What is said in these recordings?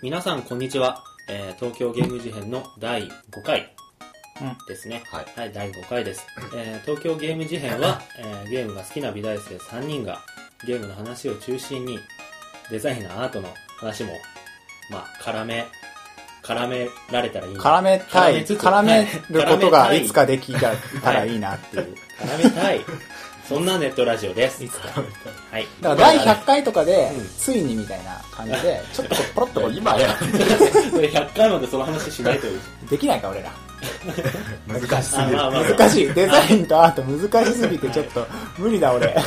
皆さんこんにちは、東京ゲーム事変の第5回ですね、 はい、 はい、第5回です、東京ゲーム事変は、ゲームが好きな美大生3人がゲームの話を中心にデザインのアートの話もまあ絡められたらいいな、絡めることがいつかできたらいいなっていう絡めたいそんなネットラジオです。いつか。はい。 だから第100回とかで、ついにみたいな感じで、ちょっとポロッと今や 100回までその話しないとできないか、俺ら。 難しすぎる。 難しい。デザインとアート難しすぎてちょっと無理だ、俺。 はい、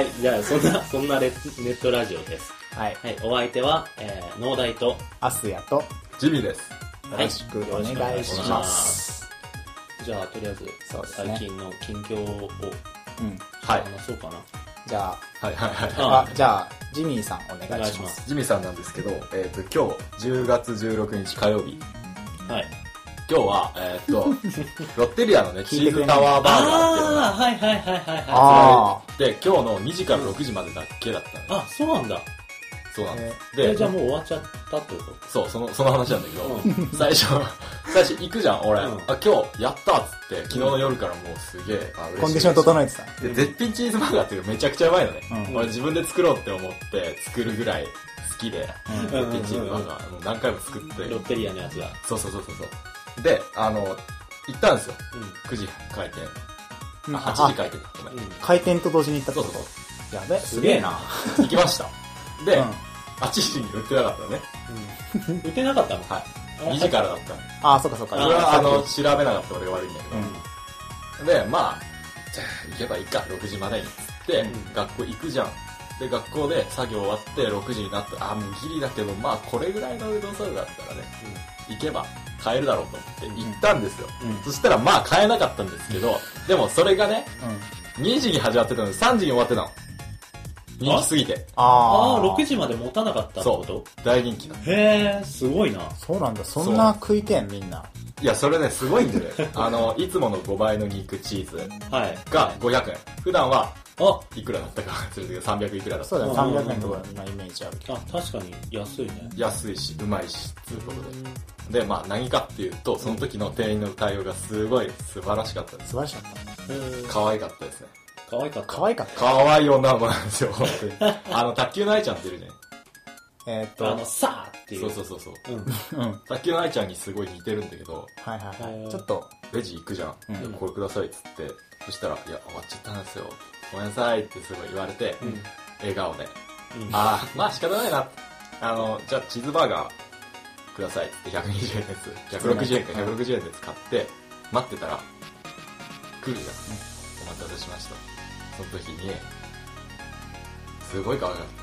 じゃあそんなネットラジオです。はい。はい、お相手は、農大と、 アスヤと、 ジミです。 よろしくお願いします。 じゃあとりあえず、最近の近況をはい。 そうかな。 じゃあ、 じゃあ、ジミーさんお願いします。 ジミーさんなんですけど、今日10月16日火曜日。 はい。 今日は、ロッテリアのね、チーズタワーバーガーっていうのが、 はい。 で、今日の2時から6時までだけだったね。 あ、そうなんだ。 そうなんです。 で、じゃあもう終わっちゃったってこと？ そう、その話なんだけど、最初行くじゃん、俺。今日やったっつって、昨日の夜からもうすげえ、 コンディション整えてた。 で、絶品チーズバーガーっていうのめちゃくちゃうまいのね。俺自分で作ろうって思って作るぐらい好きで、絶品チーズバーガーもう何回も作って。 ロッテリアのやつだ。 そう。で、行ったんですよ。9時開店。8時開店だ。ごめん。 開店と同時に行ったってこと？ そう。 やべ、すげえな。 行きました。で、8時に売ってなかったね。 売ってなかったの？ はい。2時からだった。 ああ、そっか。 それは調べなかった俺が悪いんだけど。で、まあ、じゃあ行けばいいか、6時までに。つって、学校行くじゃん。で、学校で作業終わって6時になって、もうギリだけど、まあこれぐらいのうどんそばだったらね、行けば買えるだろうと思って行ったんですよ。そしたらまあ買えなかったんですけど、でもそれがね、2時に始まってたので3時に終わってたの。人気すぎて。 6時まで持たなかったってこと？ そう。大人気だ。 へー、すごいな。 そうなんだ。そんな食いてんみんな。 いや、それね、すごいんでね。いつもの5倍の肉チーズが500円。普段はいくらだったか忘れてるけど、300いくらだった。 そうだね、300円とかなイメージあるけど。 確かに安いね。 安いし、うまいし、ということで。で、まあ何かっていうと、その時の店員の対応がすごい素晴らしかったです。 素晴らしかった。 可愛かったですね。 可愛かった。 可愛い女の子なんですよ、本当に。卓球の愛ちゃんっているじゃん。 さーっていう。 そう。卓球の愛ちゃんにすごい似てるんだけど。 はい。ちょっと。 レジ行くじゃん。これくださいっつって。そしたら、いや、終わっちゃったんですよ。ごめんなさいってすごい言われて、笑顔で。まあ仕方ないな。じゃあチーズバーガーくださいって120円です。160円か160円です買って、待ってたら、来るじゃん。お待たせしました。その時に、すごい可愛かったです。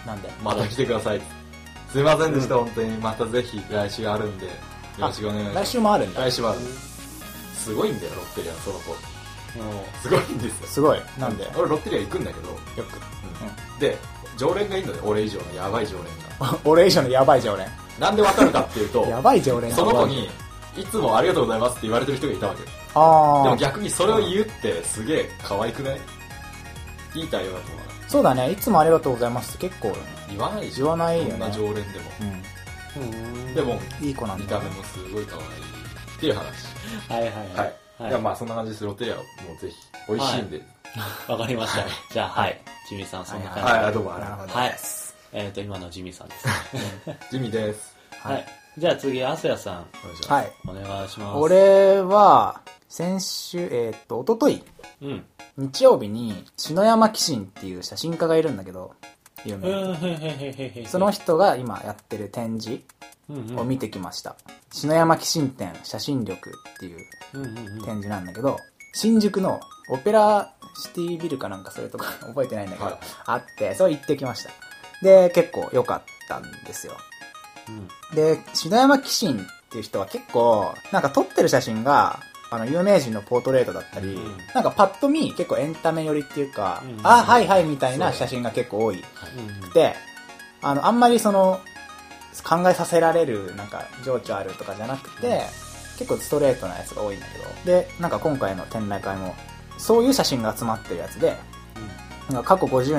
なんで？ また来てください。すいませんでした、本当に。またぜひ来週あるんで、よろしくお願いします。 来週もあるんだ。 来週もある。すごいんだよ、ロッテリアのその子。すごいんですよ。 すごい。なんで？ 俺ロッテリア行くんだけど、よく。で、常連がいいんだよ、俺以上のヤバい常連が。 俺以上のヤバい常連。 なんでわかるかっていうと、 ヤバい常連。 その子に、いつもありがとうございますって言われてる人がいたわけ。でも逆にそれを言うってすげえ可愛くない？いい対応だと思う。 そうだね、いつもありがとうございますって結構言わないじゃん。 言わないよね。 そんな常連でも。でも、 いい子なんだ。 見た目もすごい可愛いっていう話。 はい。 いや、まあそんな感じです。ロッテリアをもうぜひ、美味しいんで。 わかりました。じゃあ、はい。ジミーさん、そんな感じで。 はい、どうも。 はい。今のジミーさんです。 ジミーです。 はい。じゃあ次、アスヤさん。 はい。 お願いします。 俺は、先週、おととい、日曜日に、篠山紀信っていう写真家がいるんだけど、有名な。その人が今やってる展示を見てきました。篠山紀信展写真力っていう展示なんだけど、新宿のオペラシティビルかなんかそれとか覚えてないんだけど、あって、それ行ってきました。で、結構良かったんですよ。で、篠山紀信っていう人は結構、なんか撮ってる写真が、有名人のポートレートだったり、なんかパッと見結構エンタメ寄りっていうか、はいみたいな写真が結構多いくて、あんまり考えさせられる、なんか情緒あるとかじゃなくて、結構ストレートなやつが多いんだけど、で、なんか今回の展覧会も、そういう写真が集まってるやつで、なんか過去50年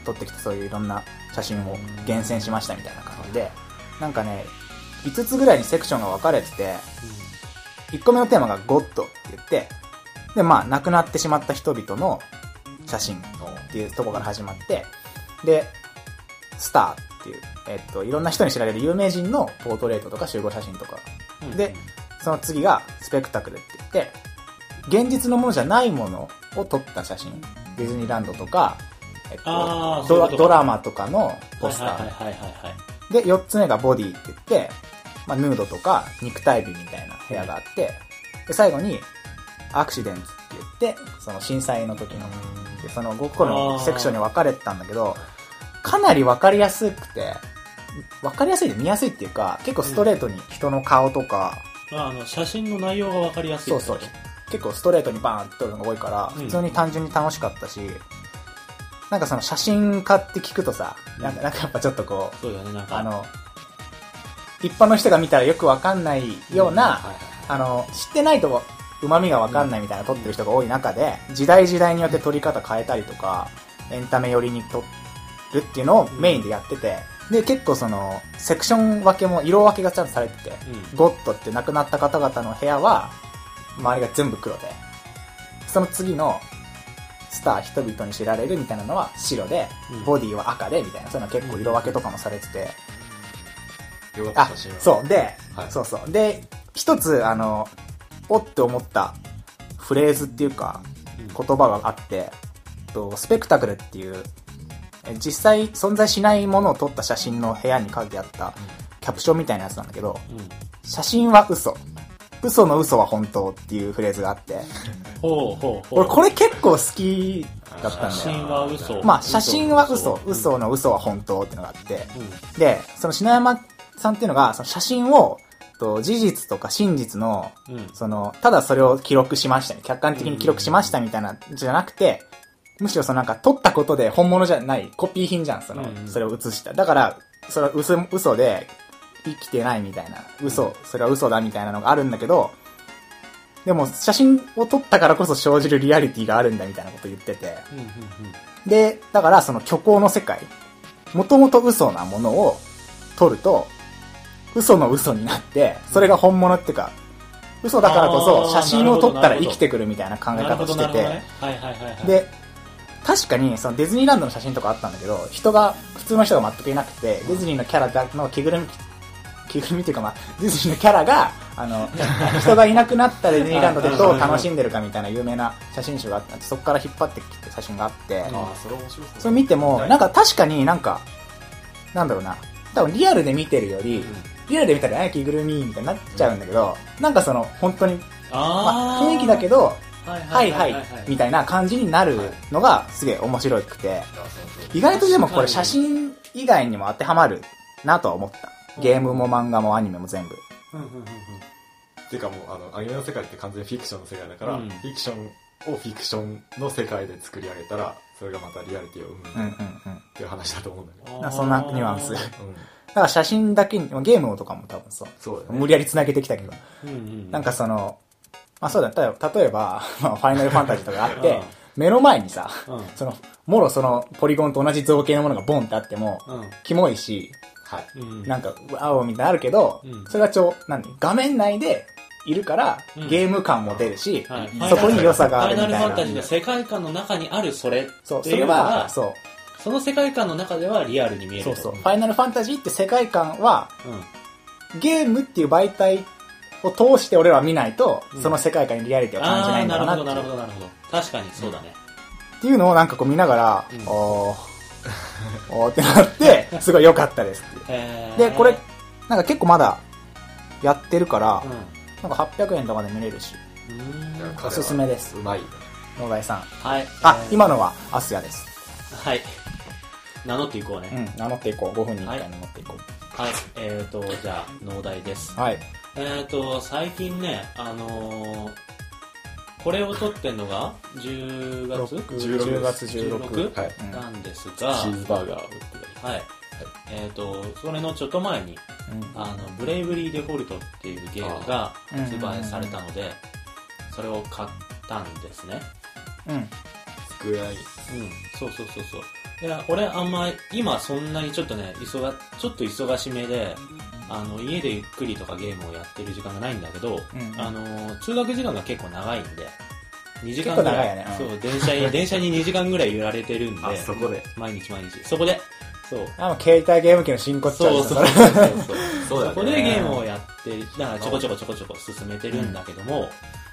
撮ってきたそういういろんな写真を厳選しましたみたいな感じで、なんかね、5つぐらいにセクションが分かれてて、1個目のテーマがゴッドって言って、で、まあ、亡くなってしまった人々の写真っていうところから始まって、で、スターっていう、いろんな人に知られる有名人のポートレートとか集合写真とか。で、その次がスペクタクルって言って、現実のものじゃないものを撮った写真。ディズニーランドとか、ドラマとかのポスター。で、4つ目がボディって言って、まあ、ヌードとか肉体美みたいな部屋があって、で、最後にアクシデンツって言って、その震災の時の、でその5個のセクションに分かれてたんだけど、かなり分かりやすくて、分かりやすいで見やすいっていうか、結構ストレートに人の顔とか、 写真の内容が分かりやすい。 そうそう。結構ストレートにバーンって撮るのが多いから、普通に単純に楽しかったし、なんかその写真家って聞くとさ、なんかやっぱちょっとこう、 そうだね、なんか一般の人が見たらよくわかんないような、知ってないと旨味がわかんないみたいな撮ってる人が多い中で、時代時代によって撮り方変えたりとか、エンタメ寄りに撮るっていうのをメインでやってて、で、結構その、セクション分けも、色分けがちゃんとされてて、ゴッドって亡くなった方々の部屋は、周りが全部黒で、その次の、スター、人々に知られるみたいなのは白で、ボディは赤で、みたいな、そういうの結構色分けとかもされてて、そう。で、そうそう。で、一つ、おって思ったフレーズっていうか、言葉があって、スペクタクルっていう、実際存在しないものを撮った写真の部屋に書いてあったキャプションみたいなやつなんだけど、写真は嘘。嘘の嘘は本当っていうフレーズがあって、俺これ結構好きだったんだよ。 写真は嘘。 まあ写真は嘘、嘘の嘘は本当っていうのがあって、で、その篠山さんっていうのが、その写真を、事実とか真実の、ただそれを記録しましたね。客観的に記録しましたみたいな、じゃなくて、むしろなんか撮ったことで本物じゃない、コピー品じゃん、それを写した。だから、それは嘘で生きてないみたいな、それは嘘だみたいなのがあるんだけど、でも写真を撮ったからこそ生じるリアリティがあるんだみたいなこと言ってて、で、だからその虚構の世界、もともと嘘なものを撮ると、嘘の嘘になって、それが本物っていうか、嘘だからこそ写真を撮ったら生きてくるみたいな考え方をしてて、で、確かにそのディズニーランドの写真とかあったんだけど、普通の人が全くいなくて、ディズニーのキャラの着ぐるみっていうかまあ、ディズニーのキャラが、人がいなくなったディズニーランドでどう楽しんでるかみたいな有名な写真集があって、そこから引っ張ってきて写真があって、それ見ても、なんか確かになんか、なんだろうな、多分リアルで見てるより、リアルで見たら着ぐるみみたいになっちゃうんだけど、なんか本当に、まあ、雰囲気だけど、はいはいみたいな感じになるのがすげえ面白くて、意外とでもこれ写真以外にも当てはまるなとは思った。ゲームも漫画もアニメも全部。 っていうかもうアニメの世界って完全にフィクションの世界だから、フィクションをフィクションの世界で作り上げたら、それがまたリアリティを生むっていう話だと思うんだけど。 そんなニュアンス。だから写真だけに、ゲームとかも多分そう。無理やり繋げてきたけど。なんかまあそうだ、例えば、ファイナルファンタジーとかあって、目の前にさ、もろポリゴンと同じ造形のものがボンってあっても、キモいし、なんか、ワオみたいなのあるけど、それは画面内でいるから、ゲーム感も出るし、そこに良さがあるみたいな。 ファイナルファンタジーの世界観の中にあるそれっていうのが、 その世界観の中ではリアルに見える。 ファイナルファンタジーって世界観は、ゲームっていう媒体を通して俺は見ないと、その世界観にリアリティを感じないんだなって。 なるほど。確かにそうだね。 っていうのをなんか見ながら、おーってなって、すごい良かったですって。で、これ、なんか結構まだやってるから、なんか800円とかで見れるし、おすすめです。 うまい。 野田井さん。 はい。 今のはアスヤです。 はい。名乗っていこうね。 名乗っていこう。5分に1回名乗っていこう。はい。じゃあ、農大です。 はい。 最近ね、これを撮ってんのが10月 10月16 なんですが、 チーズバーガーを売ってたり。はい。それのちょっと前に、ブレイブリーデフォルトっていうゲームが発売されたので、それを買ったんですね。 スクエアイン。 そう。 いや、俺あんま、今そんなにちょっとね、ちょっと忙しめで、家でゆっくりとかゲームをやってる時間がないんだけど、通学時間が結構長いんで、2時間ぐらい、ね、そう、電車に2時間ぐらい揺られてるんで、 そこで。 毎日。そこで、そう。 携帯ゲーム機の真骨頂です。 そうだね。そこでゲームをやって、だからちょこちょこ進めてるんだけども、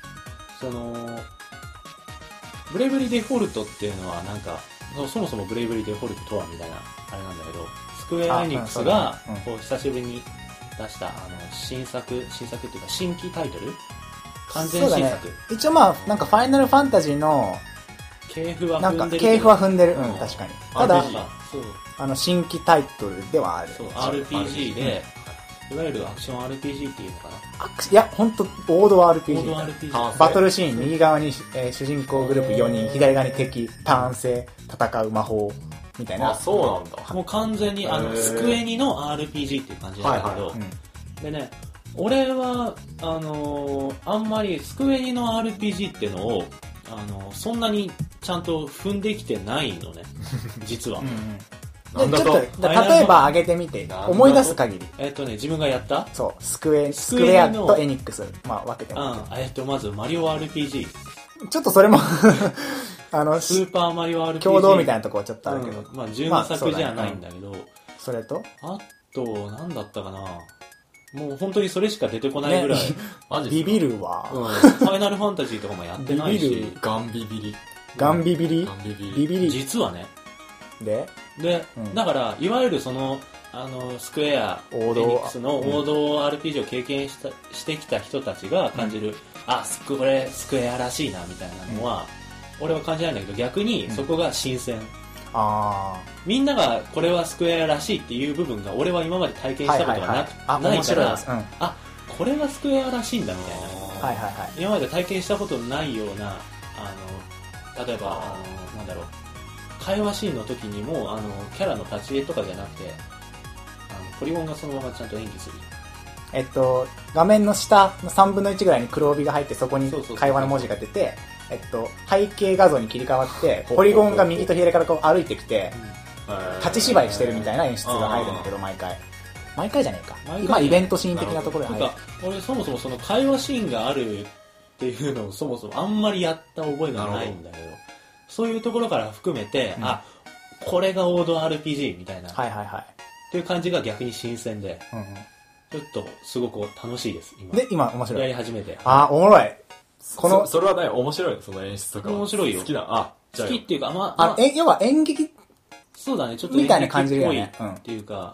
ブレイブリーデフォルトっていうのはなんか、そもそもブレイブリーデフォルトとはみたいなあれなんだけど、スクエアエニックスがこう久しぶりに出した新作っていうか新規タイトル、完全新作、ね、 一応なんかファイナルファンタジーの系譜は踏んでる、 系譜は踏んでる、確かに。ただそう新規タイトルではある。 そう RPG で、いわゆるアクション RPG っていうのかな。 いや、ほんと王道 RPG。 王道 RPG。 バトルシーン、右側に、主人公グループ4人、左側に敵、単性、戦う魔法みたいな。 そうなんだ。 もう完全にスクエニの RPG っていう感じなんだけど、でね、俺はあんまりスクエニの RPG っていうのをそんなにちゃんと踏んできてないのね、実は。 ちょっと例えば挙げてみて、思い出す限り。 自分がやった？ そう、スクエアとエニックス、分けてまずマリオ RPG。 ちょっとそれもスーパーマリオ RPG。 共同みたいなとこはちょっとあるけど。 12作じゃないんだけど。 それとあと、なんだったかな。もう本当にそれしか出てこないぐらい。 マジビビるわ。 ファイナルファンタジーとかもやってないし。 ガンビビリ。 ビビリ。 実はね。 で、 だから、いわゆるスクエア、エニックスの王道 RPG を経験してきた人たちが感じる、これスクエアらしいな、みたいなのは、俺は感じないんだけど、逆にそこが新鮮。みんながこれはスクエアらしいっていう部分が、俺は今まで体験したことがないから、これがスクエアらしいんだ、みたいな。今まで体験したことないような、例えば、なんだろう、会話シーンの時にもキャラの立ち絵とかじゃなくてポリゴンがそのままちゃんと演技する。 画面の下の3分の1ぐらいに黒帯が入って、そこに会話の文字が出て、背景画像に切り替わってポリゴンが右と左からこう歩いてきて立ち芝居してるみたいな演出が入るんだけど、毎回じゃねえか、今イベントシーン的なところで入る。 俺そもそもその会話シーンがあるっていうのをそもそもあんまりやった覚えがないんだけど、そういうところから含めて、これが王道 RPG みたいな、っていう感じが逆に新鮮で、ちょっとすごく楽しいです。 今面白い。 やり始めて。 おもろい。 それはね、面白いの、その演出とか。 面白いよ。 好きだ。 好きっていうか、 要は演劇、 そうだね、ちょっとみたいな感じで、ね、 っていうか、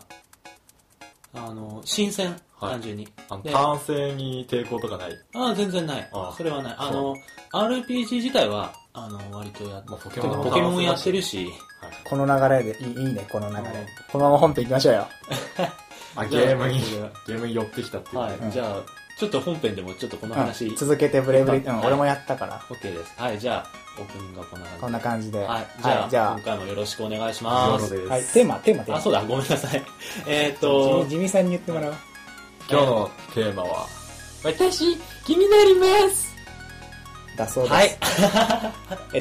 新鮮、単純に。 単性に抵抗とかない？ 全然ない。それはない。RPG 自体は、割とやって、ポケモンやってるし、 この流れで、いいね、この流れ。このまま本編行きましょうよ。 ゲームに寄ってきたっていう。 じゃあ、ちょっと本編でもちょっとこの話。 続けてブレイブリー、俺もやったから。 OK です。じゃあ、オープニングはこんな感じで。 じゃあ、今回もよろしくお願いします。 テーマ。 そうだ、ごめんなさい。 地味さんに言ってもらおう。 今日のテーマは、私、気になります。 だそうです。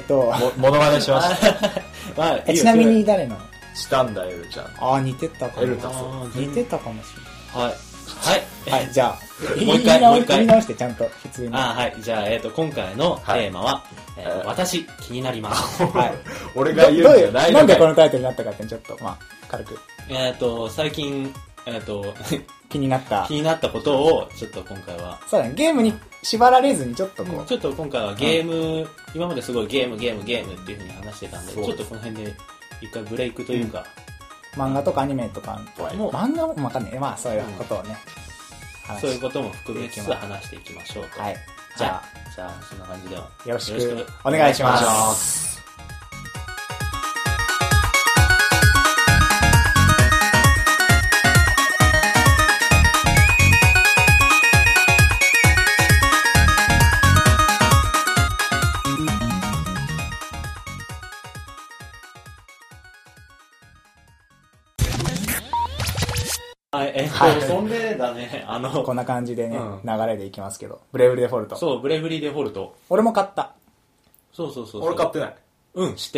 モノマネしました。 ちなみに誰の？ したんだ、エルちゃん。 似てたかも。似てたかもしれない。はい、じゃあ、 もう一回。 言い直して、ちゃんと、普通に。 じゃあ、今回のテーマは、私、気になります。 俺が言うんじゃないの。 なんでこのタイトルになったかって、ちょっと、軽く。 最近、 気になったことを、ちょっと今回は。 そうだね、ゲームに縛られずに、ちょっとこう。 ちょっと今回はゲーム、今まですごいゲームっていう風に話してたんで、ちょっとこの辺で、一回ブレイクというか、 漫画とかアニメとかも漫画もわかんない。そういうことをね、 そういうことも含めつつ話していきましょうと。じゃあそんな感じではよろしくお願いします。 そんでだね、 こんな感じでね、流れでいきますけど、ブレイブリーデフォルト。 そう、ブレイブリーデフォルト。 俺も買った。 そう。 俺買ってない。 知ってる。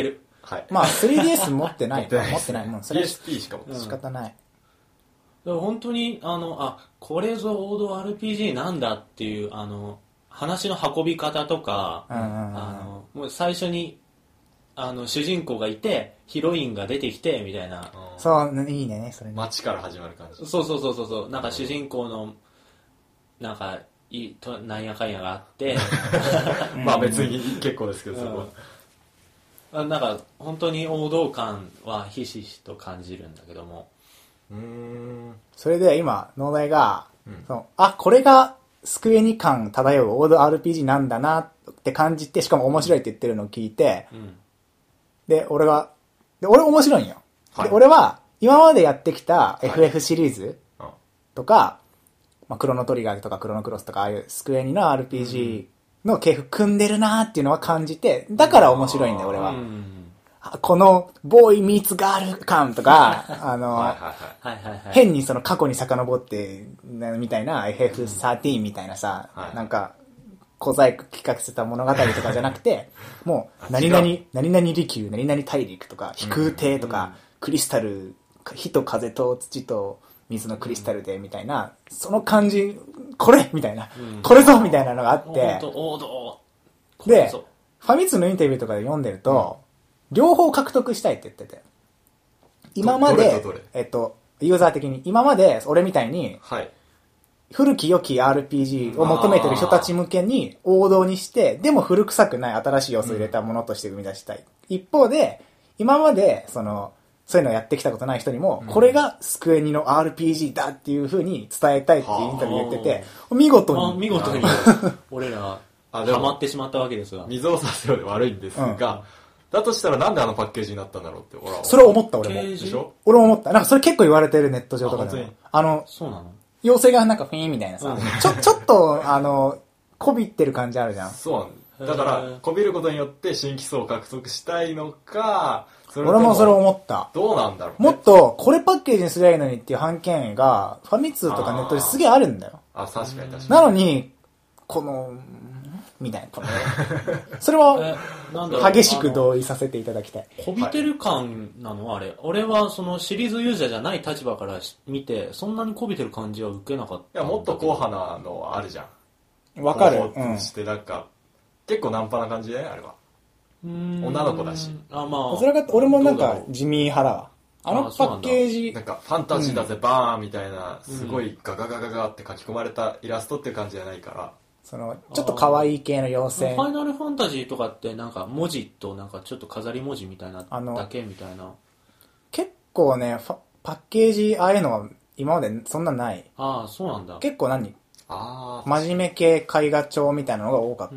はい。 まあ 3DS 持ってない。 持ってない持ってない。もうそれは PSP しか持ってない。 仕方ない。 本当にこれぞ王道 RPG なんだっていう話の運び方とか、もう最初に主人公がいてヒロインが出てきてみたいな、 そういいねそれね。 街から始まる感じ。 そうなんか主人公のなんかなんやかんやがあってまあ別に結構ですけど、そこはなんか本当に王道感はひしひしと感じるんだけども、 それで今農大が、これがスクエニ感漂うオード RPG なんだなって感じて、しかも面白いって言ってるのを聞いて、で俺面白いんよ、で俺は今までやってきた FF シリーズとか、クロノトリガーとかクロノクロスとかああいうスクエニの RPG の系譜組んでるなーっていうのは感じて、だから面白いんだよ俺は。このボーイミーツガール感とか変にその過去に遡ってみたいな FF13 みたいなさ、なんか小細工企画せた物語とかじゃなくてもう何々利休何々大陸とか飛空艇とかクリスタル火と風と土と水のクリスタルでみたいな、その感じこれみたいな、これぞみたいなのがあって、でファミ通のインタビューとかで読んでると、両方獲得したいって言ってて、今までユーザー的に今まで俺みたいに古き良き RPG を求めてる人たち向けに王道にして、でも古臭くない新しい要素を入れたものとして生み出したい、一方で今までそういうのをやってきたことない人にも、これがスクエニの RPG だっていう風に伝えたいっていうインタビュー言ってて、見事に俺らハマってしまったわけですが、 水を差すようで悪いんですが、だとしたらなんでパッケージになったんだろうって俺はそれ思った。俺もでしょ。 俺も思った。なんかそれ結構言われてる、ネット上とかでも。 そうなの？ 妖精がなんかフィーンみたいなさ、ちょっとこびってる感じあるじゃん。 そうなんだ。だからこびることによって新規層を獲得したいのか、 俺もそれ思った。 どうなんだろう、 もっとこれパッケージにすりゃいいのにっていう判件がファミ通とかネットですげえあるんだよ。 確かに。 なのにみたいな。それは激しく同意させていただきたい。 こびてる感なのあれ。俺はそのシリーズユーザーじゃない立場から見て、そんなにこびてる感じは受けなかった。 いや、もっと硬派なのあるじゃん。 わかる。 してなんか結構ナンパな感じだよあれは。女の子だし。 それが俺もなんか地味派だわ。パッケージなんかファンタジーだぜバーンみたいな、すごいガガガガガって書き込まれたイラストっていう感じじゃないから。 ちょっと可愛い系の妖精。 ファイナルファンタジーとかってなんか文字となんかちょっと飾り文字みたいなだけみたいな。 結構ねパッケージああいうのは今までそんなない。 そうなんだ。 結構真面目系絵画帳みたいなのが多かった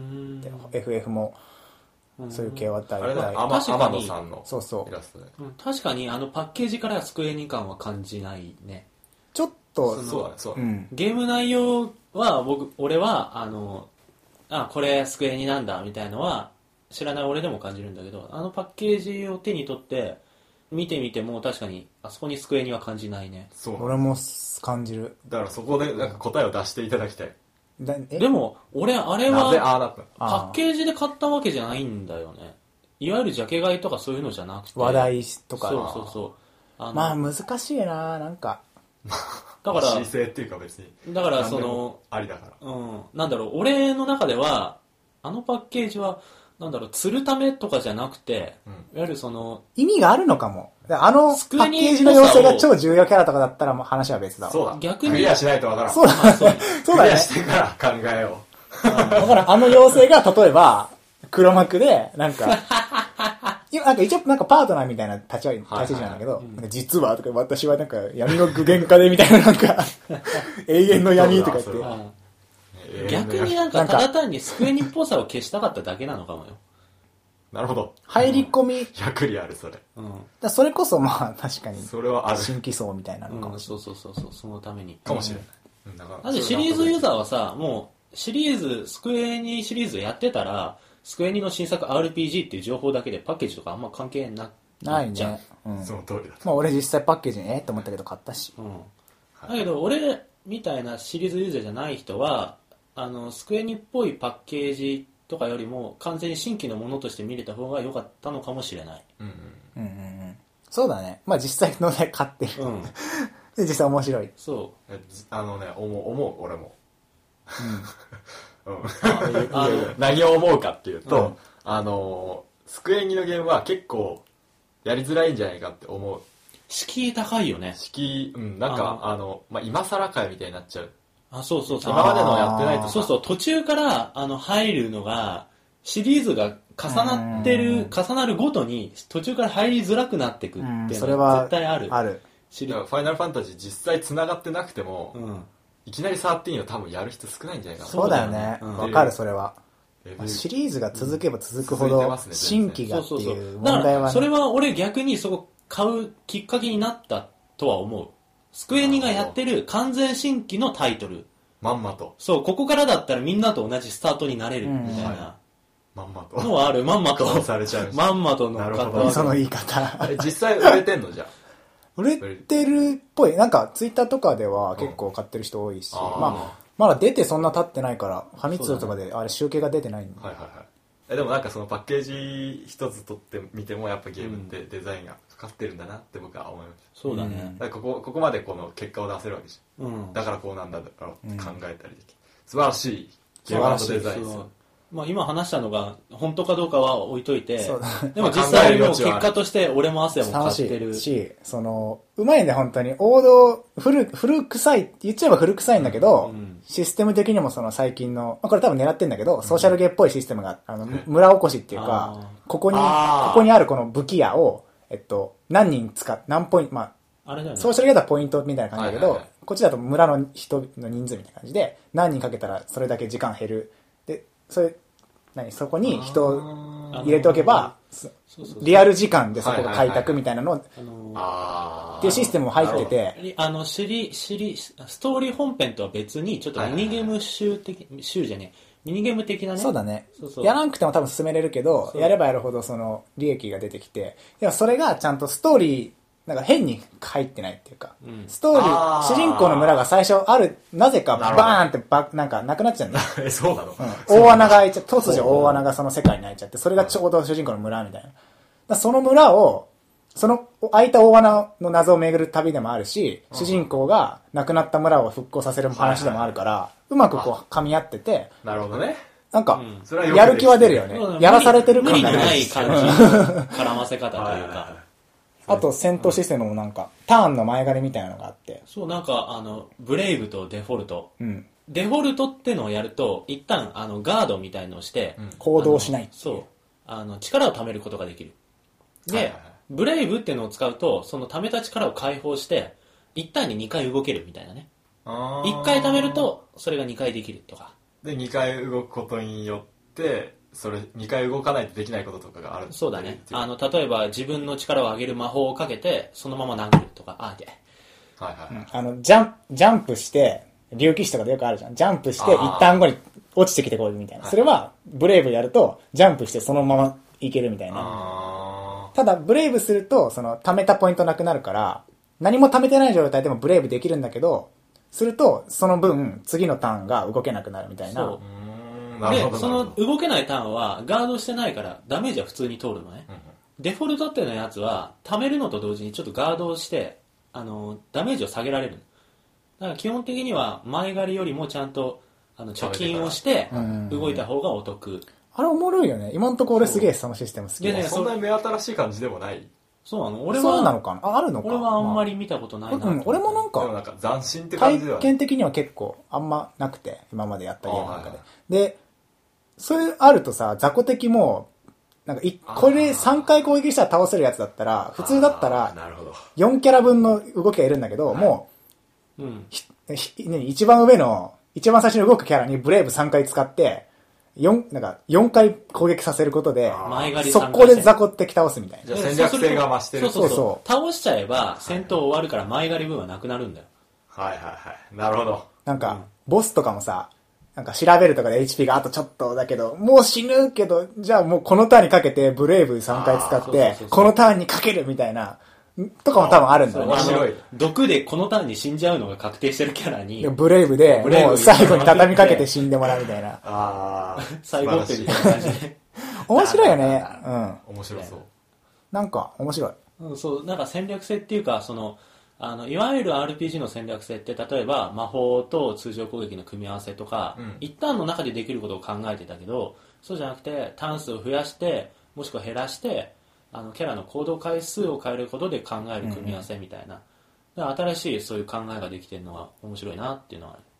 。FF もそういう系は大体。 天野さんのイラストで。 確かにパッケージからスクエニ感は感じないね。 ちょっとそうだね。 ゲーム内容は俺はこれスクエニなんだみたいのは知らない俺でも感じるんだけど、パッケージを手に取って見てみても確かにあそこにスクエニは感じないね。 俺も感じる。 だからそこでなんか答えを出していただきたい。 でも俺あれはなぜだったパッケージで買ったわけじゃないんだよね。いわゆるジャケ買いとかそういうのじゃなくて話題とか。 そう難しいな、なんかだから姿勢っていうか別にだからありだから、 なんだろう、俺の中ではパッケージはなんだろう、釣るためとかじゃなくて、いわゆる意味があるのかも。パッケージの要素が超重要キャラとかだったらもう話は別だわ。 そうだ。 逆にクリアしないとわからん。 そうだね。 クリアしてから考えよう。 だから妖精が例えば黒幕でなんか一応なんかパートナーみたいな立ち位置なんだけど、実はとか私はなんか闇の具現化でみたいななんか永遠の闇とか言って、 逆になんかただ単にスクエニっぽさを消したかっただけなのかもよ。 なるほど。 入り込み。 100リあるそれ。 それこそ確かに。 それはある。 新規層みたいなのかもしれない。 そのために。 かもしれない。 なんでシリーズユーザーはさ、もうスクエニシリーズやってたら、スクエニの新作 RPG っていう情報だけでパッケージとかあんま関係ないね。 その通りだ。 まあ俺実際パッケージにって思ったけど買ったし。 だけど俺みたいなシリーズユーザーじゃない人はスクエニっぽいパッケージとかよりも完全に新規のものとして見れた方が良かったのかもしれない。 そうだね。まあ実際のね、買ってる。で、実際面白い。 そう。 思う、俺も。何を思うかっていうと、スクエニのゲームは結構やりづらいんじゃないかって思う。 敷居高いよね。 なんか、今更かよみたいになっちゃう。 そう。 今までのやってないとさ。 そう、途中から、入るのが、シリーズが重なるごとに、途中から入りづらくなってくっていうのは絶対ある。 ファイナルファンタジー実際繋がってなくても、いきなり13を多分やる人少ないんじゃないかな。 そうだよね。わかる、それは。シリーズが続けば続くほど、新規がっていう問題はね。 それは俺逆にそこ買うきっかけになったとは思う。スクエニがやってる完全新規のタイトル。 まんまと。 そう、ここからだったらみんなと同じスタートになれるみたいな。 まんまと。 のはある、まんまと。 されちゃう。 まんまとの方。その言い方。 実際売れてんのじゃ売れてるっぽい。なんかツイッターとかでは結構買ってる人多いし、まだ出てそんな経ってないから、ファミ通とかであれ集計が出てないんで。 でもなんかそのパッケージ一つ取ってみてもやっぱゲームってデザインがかかってるんだなって僕は思いました。 そうだね。 だからここまでこの結果を出せるわけじゃん。だからこうなんだろうって考えたりできる。素晴らしいゲームデザインですよ。 今話したのが本当かどうかは置いといて、でも実際の結果として俺も汗も買ってるし、うまいんで本当に王道、古臭い、言っちゃえば古臭いんだけど、システム的にもその最近の、これ多分狙ってんだけど、ソーシャルゲーっぽいシステムが、村おこしっていうか、ここにあるこの武器屋を、何人何ポイント、ソーシャルゲーだとポイントみたいな感じだけど、こっちだと村の人の人数みたいな感じで、何人かけたらそれだけ時間減る。で、そこに人を入れておけば、リアル時間でそこが開拓みたいなのっていうシステムも入ってて、 ストーリー本編とは別に、ちょっとミニゲームミニゲーム的なね。 そうだね。やらなくても多分進めれるけど、やればやるほどその利益が出てきて、でもそれがちゃんとストーリー、なんか変に入ってないっていうか、ストーリー、主人公の村が最初なぜかバーンってなんかなくなっちゃうんだよ。 そうなの？ 大穴が開いちゃって、突如大穴がその世界に開いちゃって、それがちょうど主人公の村みたいな。その村を、その開いた大穴の謎を巡る旅でもあるし、主人公が亡くなった村を復興させる話でもあるから、うまくこう噛み合ってて、 なるほどね。 なんか、やる気は出るよね。やらされてる感がない感じ、絡ませ方というか。 あと戦闘システムもなんかターンの前借りみたいなのがあって、 そう、なんかブレイブとデフォルト、デフォルトってのをやると一旦ガードみたいのをして、 行動しない、 そう力を貯めることができる。で、ブレイブっていうのを使うとその貯めた力を解放して一旦に2回動けるみたいなね。1回貯めるとそれが2回できるとかで、2回動くことによってそれ2回動かないとできないこととかがある。 そうだね。例えば自分の力を上げる魔法をかけてそのまま殴るとか、 ジャンプして竜騎士とかでよくあるじゃん。ジャンプして一旦後に落ちてきてこいみたいな。それはブレイブやるとジャンプしてそのままいけるみたいな。ただブレイブするとその貯めたポイントなくなるから何も貯めてない状態でもブレイブできるんだけど、するとその分次のターンが動けなくなるみたいな。 で、その動けないターンはガードしてないからダメージは普通に通るのね。デフォルトっていうのやつは貯めるのと同時にちょっとガードをしてダメージを下げられる。だから基本的には前借りよりもちゃんと貯金をして動いた方がお得。 あれおもろいよね。今んとこ俺すげえそのシステム好きで、 そんなに目新しい感じでもない。 そうなの？俺はそうなのかな。あるのか。 俺はあんまり見たことないな。 俺もなんか斬新って感じでは体験的には結構あんまなくて、今までやったゲームの中で。で、それあるとさ、雑魚敵もなんかこれ3回攻撃したら倒せるやつだったら、普通だったら4キャラ分の動きがいるんだけど、もう一番上の一番最初に動くキャラにブレイブ3回使って4回攻撃させることで速攻で雑魚敵倒すみたいな。 じゃあ戦略性が増してる。 そう倒しちゃえば戦闘終わるから前借り分はなくなるんだよ。 はいはいはい、なるほど。 なんかボスとかもさ、なんか調べるとかで HP があとちょっとだけど、もう死ぬけど、じゃあもうこのターンにかけてブレイブ3回使って、このターンにかけるみたいな、 とかも多分あるんだよね。 面白い。 毒でこのターンに死んじゃうのが確定してるキャラに。 ブレイブで、もう最後に畳みかけて死んでもらうみたいな。 ああ。 最後ってみたいな感じで。 面白いよね。うん。 面白そう。 なんか、面白い。 うん、そう、なんか戦略性っていうか、いわゆる RPG の戦略性って、例えば魔法と通常攻撃の組み合わせとか、一旦の中でできることを考えてたけど、そうじゃなくて、ターン数を増やして、もしくは減らして、キャラの行動回数を変えることで考える組み合わせみたいな。だから新しいそういう考えができてるのは面白いなっていうのはある。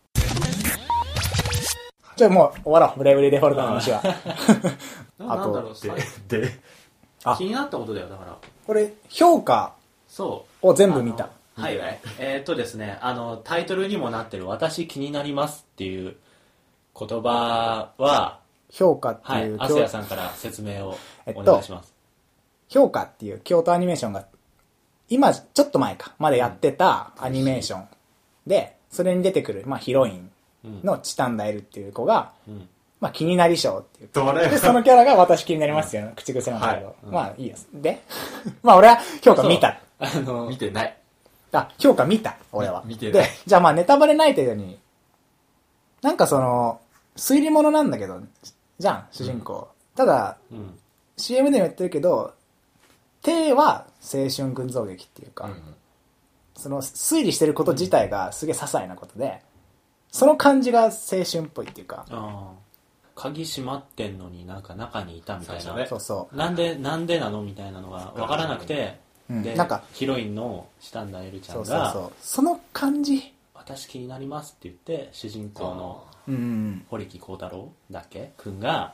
じゃあもう終わろう。ブレイブリーデフォルトの話は。 なんだろう、気になったことだよ、だから。 これ、評価を全部見た。 はい。ですね、タイトルにもなってる私気になりますっていう言葉は、 評価っていう、 アスヤさんから説明をお願いします。 評価っていう京都アニメーションが、今、ちょっと前か、までやってたアニメーションで、それに出てくる、まあ、ヒロインのチタンダエルっていう子が、まあ、気になり賞っていう。で、そのキャラが私気になりますよ、口癖なんだけど。まあ、いいです。で、まあ、俺は評価見た。 見てない。 評価見た、俺は。 見てない。 で、じゃあまあ、ネタバレない程度に、なんか推理物なんだけど、じゃん、主人公。ただ、CM でも言ってるけど、体は青春群像劇っていうか、推理してること自体がすげえ些細なことで、その感じが青春っぽいっていうか。 鍵閉まってんのになんか中にいたみたいな。 そうそう。 なんでなのみたいなのが分からなくて、で、なんかヒロインのシタンダエルちゃんが、 その感じ。 私気になりますって言って、主人公の堀木幸太郎だっけくんが、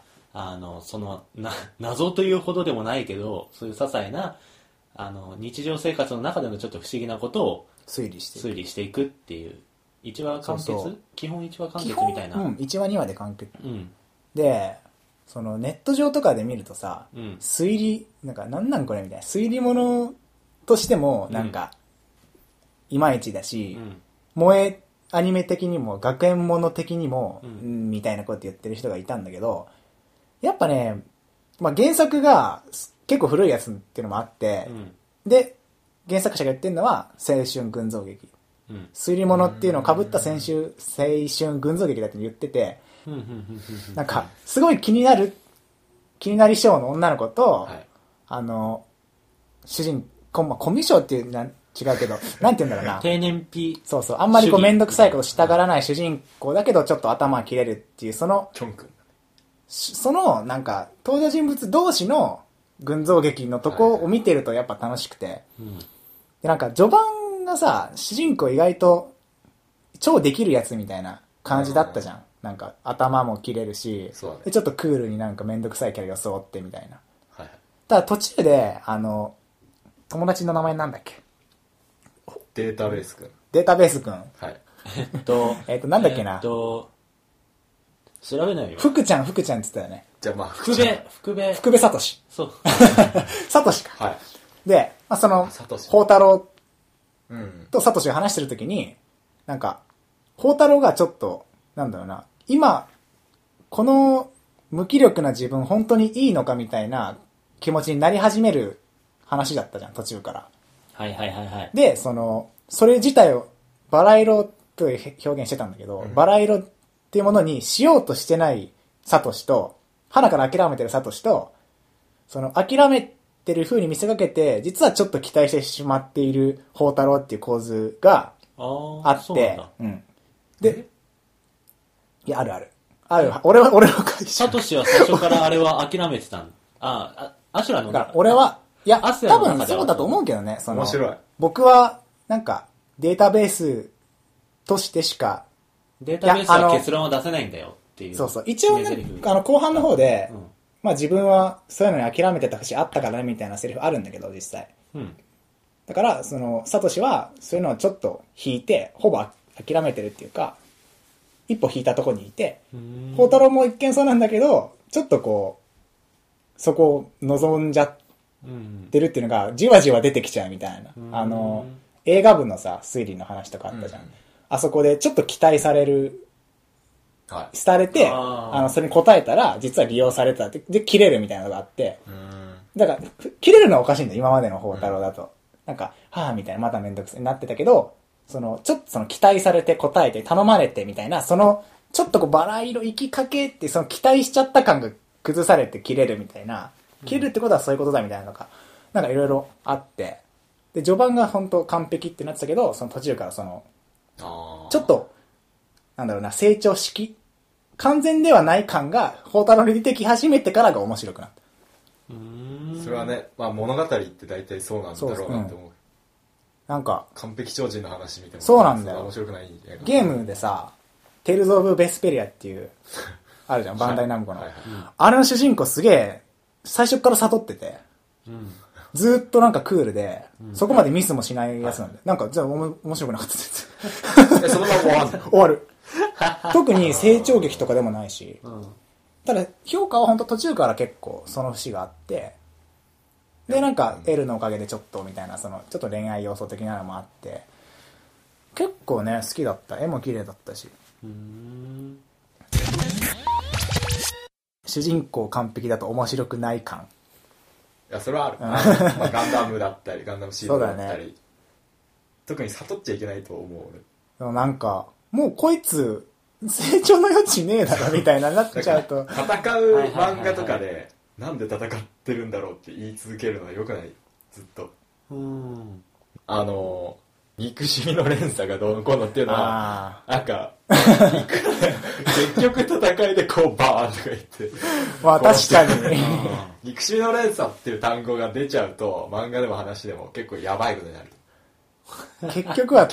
謎というほどでもないけど、そういう些細な、日常生活の中でのちょっと不思議なことを推理していくっていう、1話完結基本1話完結みたいな。 1話2話で完結。で、ネット上とかで見るとさ、推理、なんこれみたいな。推理物としても、いまいちだし、萌えアニメ的にも、学園物的にも、みたいなこと言ってる人がいたんだけど、やっぱね、まあ、原作が結構古いやつっていうのもあって、で、原作者が言ってるのは青春群像劇。推理物っていうのを被った青春群像劇だって言ってて、なんか、すごい気になり性の女の子と、主人公、コミュ障っていう、違うけど、なんて言うんだろうな。 低燃費。 そうそう。あんまりめんどくさいことしたがらない主人公だけど、ちょっと頭が切れるっていう、 チョン君。 登場人物同士の群像劇のとこを見てるとやっぱ楽しくて。で、序盤がさ、主人公意外と超できるやつみたいな感じだったじゃん。頭も切れるし、でちょっとクールにめんどくさいキャラ装ってみたいな。ただ途中で、友達の名前なんだっけ？ データベースくん。 なんだっけな。 調べないよ。 福ちゃんって言ったよね。 じゃあまあ、 福部聡。 そう。 聡か。で、まあ、宝太郎と聡が話してるときに、宝太郎がちょっと、今、この無気力な自分本当にいいのかみたいな気持ちになり始める話だったじゃん、途中から。で、それ自体をバラ色と表現してたんだけど、バラ色っていうものにしようとしてないサトシと、花から諦めてるサトシと、諦めてる風に見せかけて、実はちょっと期待してしまっている宝太郎っていう構図があって、で、いや、ある。俺はサトシは最初からあれは諦めてたんアシュラの。 だから俺は、いや、多分そうだと思うけどね。 面白い。 僕は、データベースとしてしか。 データベースは結論を出せないんだよっていう。 そう。一応ね、後半の方で、まあ自分はそういうのに諦めてた節あったからねみたいなセリフあるんだけど、実際。だから、サトシはそういうのをちょっと引いて、ほぼ諦めてるっていうか、一歩引いたとこにいて、宝太郎も一見そうなんだけど、ちょっとそこを望んじゃってるっていうのが、じわじわ出てきちゃうみたいな。映画部のさ、推理の話とかあったじゃん。あそこでちょっと期待されて、それに応えたら、実は利用されたって、で、切れるみたいなのがあって、だから、切れるのはおかしいんだよ、今までの宝太郎だと。 なんか、はぁみたいな、まためんどくさいになってたけど、ちょっと期待されて答えて頼まれてみたいな、ちょっとバラ色行きかけって、期待しちゃった感が崩されて切れるみたいな、切れるってことはそういうことだみたいなのが、なんかいろいろあって、で、序盤が本当完璧ってなってたけど、その途中からちょっと、なんだろうな、成長式完全ではない感が、宝太郎に出てき始めてからが面白くなった。 それはね、まあ物語って大体そうなんだろうなって思う。 なんか、 完璧超人の話見ても。 そうなんだよ。 面白くないゲームでさ、テイルズ・オブ・ベスペリアっていう、あるじゃん、バンダイナムコの。あれの主人公すげえ、最初から悟ってて、ずーっとなんかクールで、そこまでミスもしないやつなんで、なんか、じゃあ面白くなかったです。 そのまま終わる終わる。特に成長劇とかでもないし、ただ評価は本当途中から結構その節があって、でなんか L のおかげでちょっとみたいな、ちょっと恋愛要素的なのもあって、結構ね好きだった。絵も綺麗だったし、主人公完璧だと面白くない感。 いやそれはある、まあ、ガンダムだったりガンダムシードだったり、ね、特に悟っちゃいけないと思う俺。 でもなんかもうこいつ成長の余地ねえだろみたいななっちゃうと戦う漫画とかでなんで戦ってるんだろうって言い続けるのは良くない。ずっと憎しみの連鎖がどうのこうのっていうのはなんか結局戦いでこうバーンとか言ってまあ確かに憎しみの連鎖っていう単語が出ちゃうと漫画でも話でも結構やばいことになる。 結局は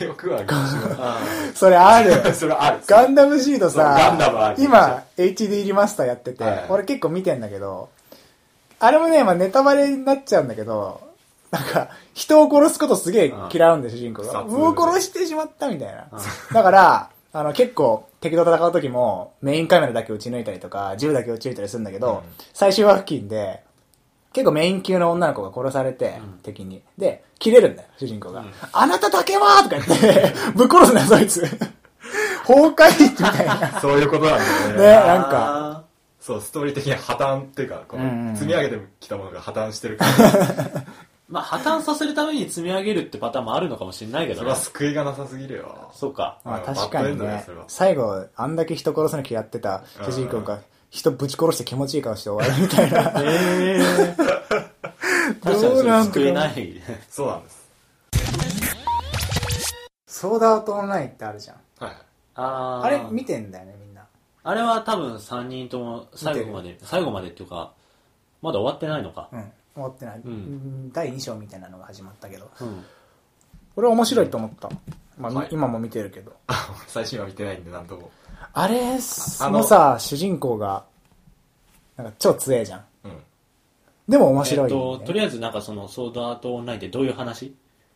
それあるそれある。 ガンダムシードさ、 ガンダムある今 HD リマスターやってて、俺結構見てんだけど、あれもね、まあ、ネタバレになっちゃうんだけど、なんか人を殺すことすげえ嫌うんで主人公が、もう殺してしまったみたいな。だから結構敵と戦う時もメインカメラだけ撃ち抜いたりとか銃だけ撃ち抜いたりするんだけど、最終話付近で結構メイン級の女の子が殺されて、敵に。で、切れるんだよ、主人公が。あなただけはとか言って、ぶっ殺すなよ、そいつ。崩壊みたいな。 そういうことなんだよね。 ね、なんか。 そう、ストーリー的に破綻っていうか、この積み上げてきたものが破綻してるから。 まあ、破綻させるために積み上げるってパターンもあるのかもしれないけどそれは救いがなさすぎるよ。 そうか。 まあ確かにね。最後、あんだけ人殺すの嫌ってた主人公が、人ぶち殺して気持ちいい顔して終わるみたいな。 どうなん救えない。 そうなんです。 ソードアートオンラインってあるじゃん。 はい。 あれ見てんだよね、みんな。 あれは多分3人とも最後までっていうか、まだ終わってないのか。 終わってない。第2章みたいなのが始まったけど。俺は面白いと思った。まあ今も見てるけど。 最新話見てないんでなんとも。 あれのさ、主人公が、なんか超強えじゃん。でも面白い、ね。 とりあえずなんかそのソードアートオンラインってどういう話？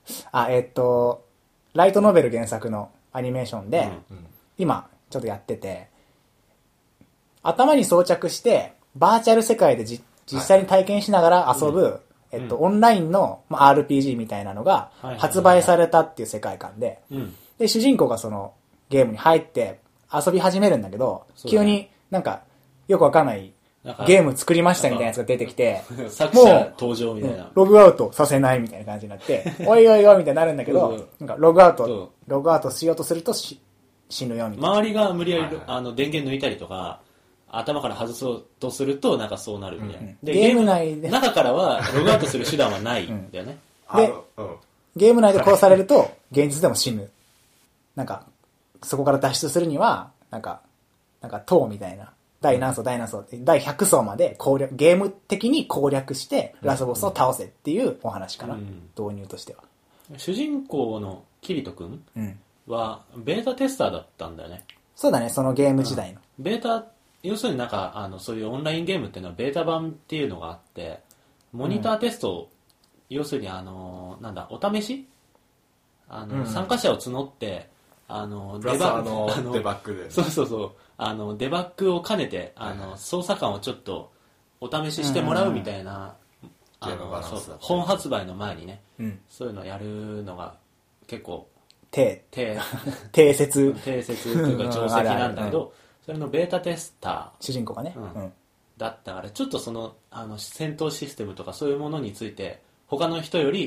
ライトノベル原作のアニメーションで、今ちょっとやってて、頭に装着してバーチャル世界で実際に体験しながら遊ぶ、オンラインの、RPG みたいなのが発売されたっていう世界観で、で主人公がそのゲームに入って遊び始めるんだけど、急になんかよくわかんないゲーム作りましたみたいなやつが出てきて、 作者登場みたいな。 ログアウトさせないみたいな感じになって、おいおいおいみたいになるんだけど、なんかログアウトしようとすると死ぬよみたいな。 周りが無理やり電源抜いたりとか、頭から外そうとするとなんかそうなるみたいな。でゲーム内で中からはログアウトする手段はないんだよね。 で、ゲーム内で殺されると現実でも死ぬ。なんかそこから脱出するにはなんか塔みたいな。第何層第100層までゲーム的に攻略してラスボスを倒せっていうお話かな、導入としては。 主人公のキリト君はベータテスターだったんだよね。 そうだね、そのゲーム時代の。 ベータ、要するになんかそういうオンラインゲームっていうのはベータ版っていうのがあって、モニターテスト、要するになんだ、お試し参加者を募って、 デバッグで。 そうデバッグを兼ねて操作感をちょっとお試ししてもらうみたいな、本発売の前にね、そういうのをやるのが結構定説というか定石なんだけど、それのベータテスター主人公がね、 だったからちょっとその戦闘システムとかそういうものについて他の人より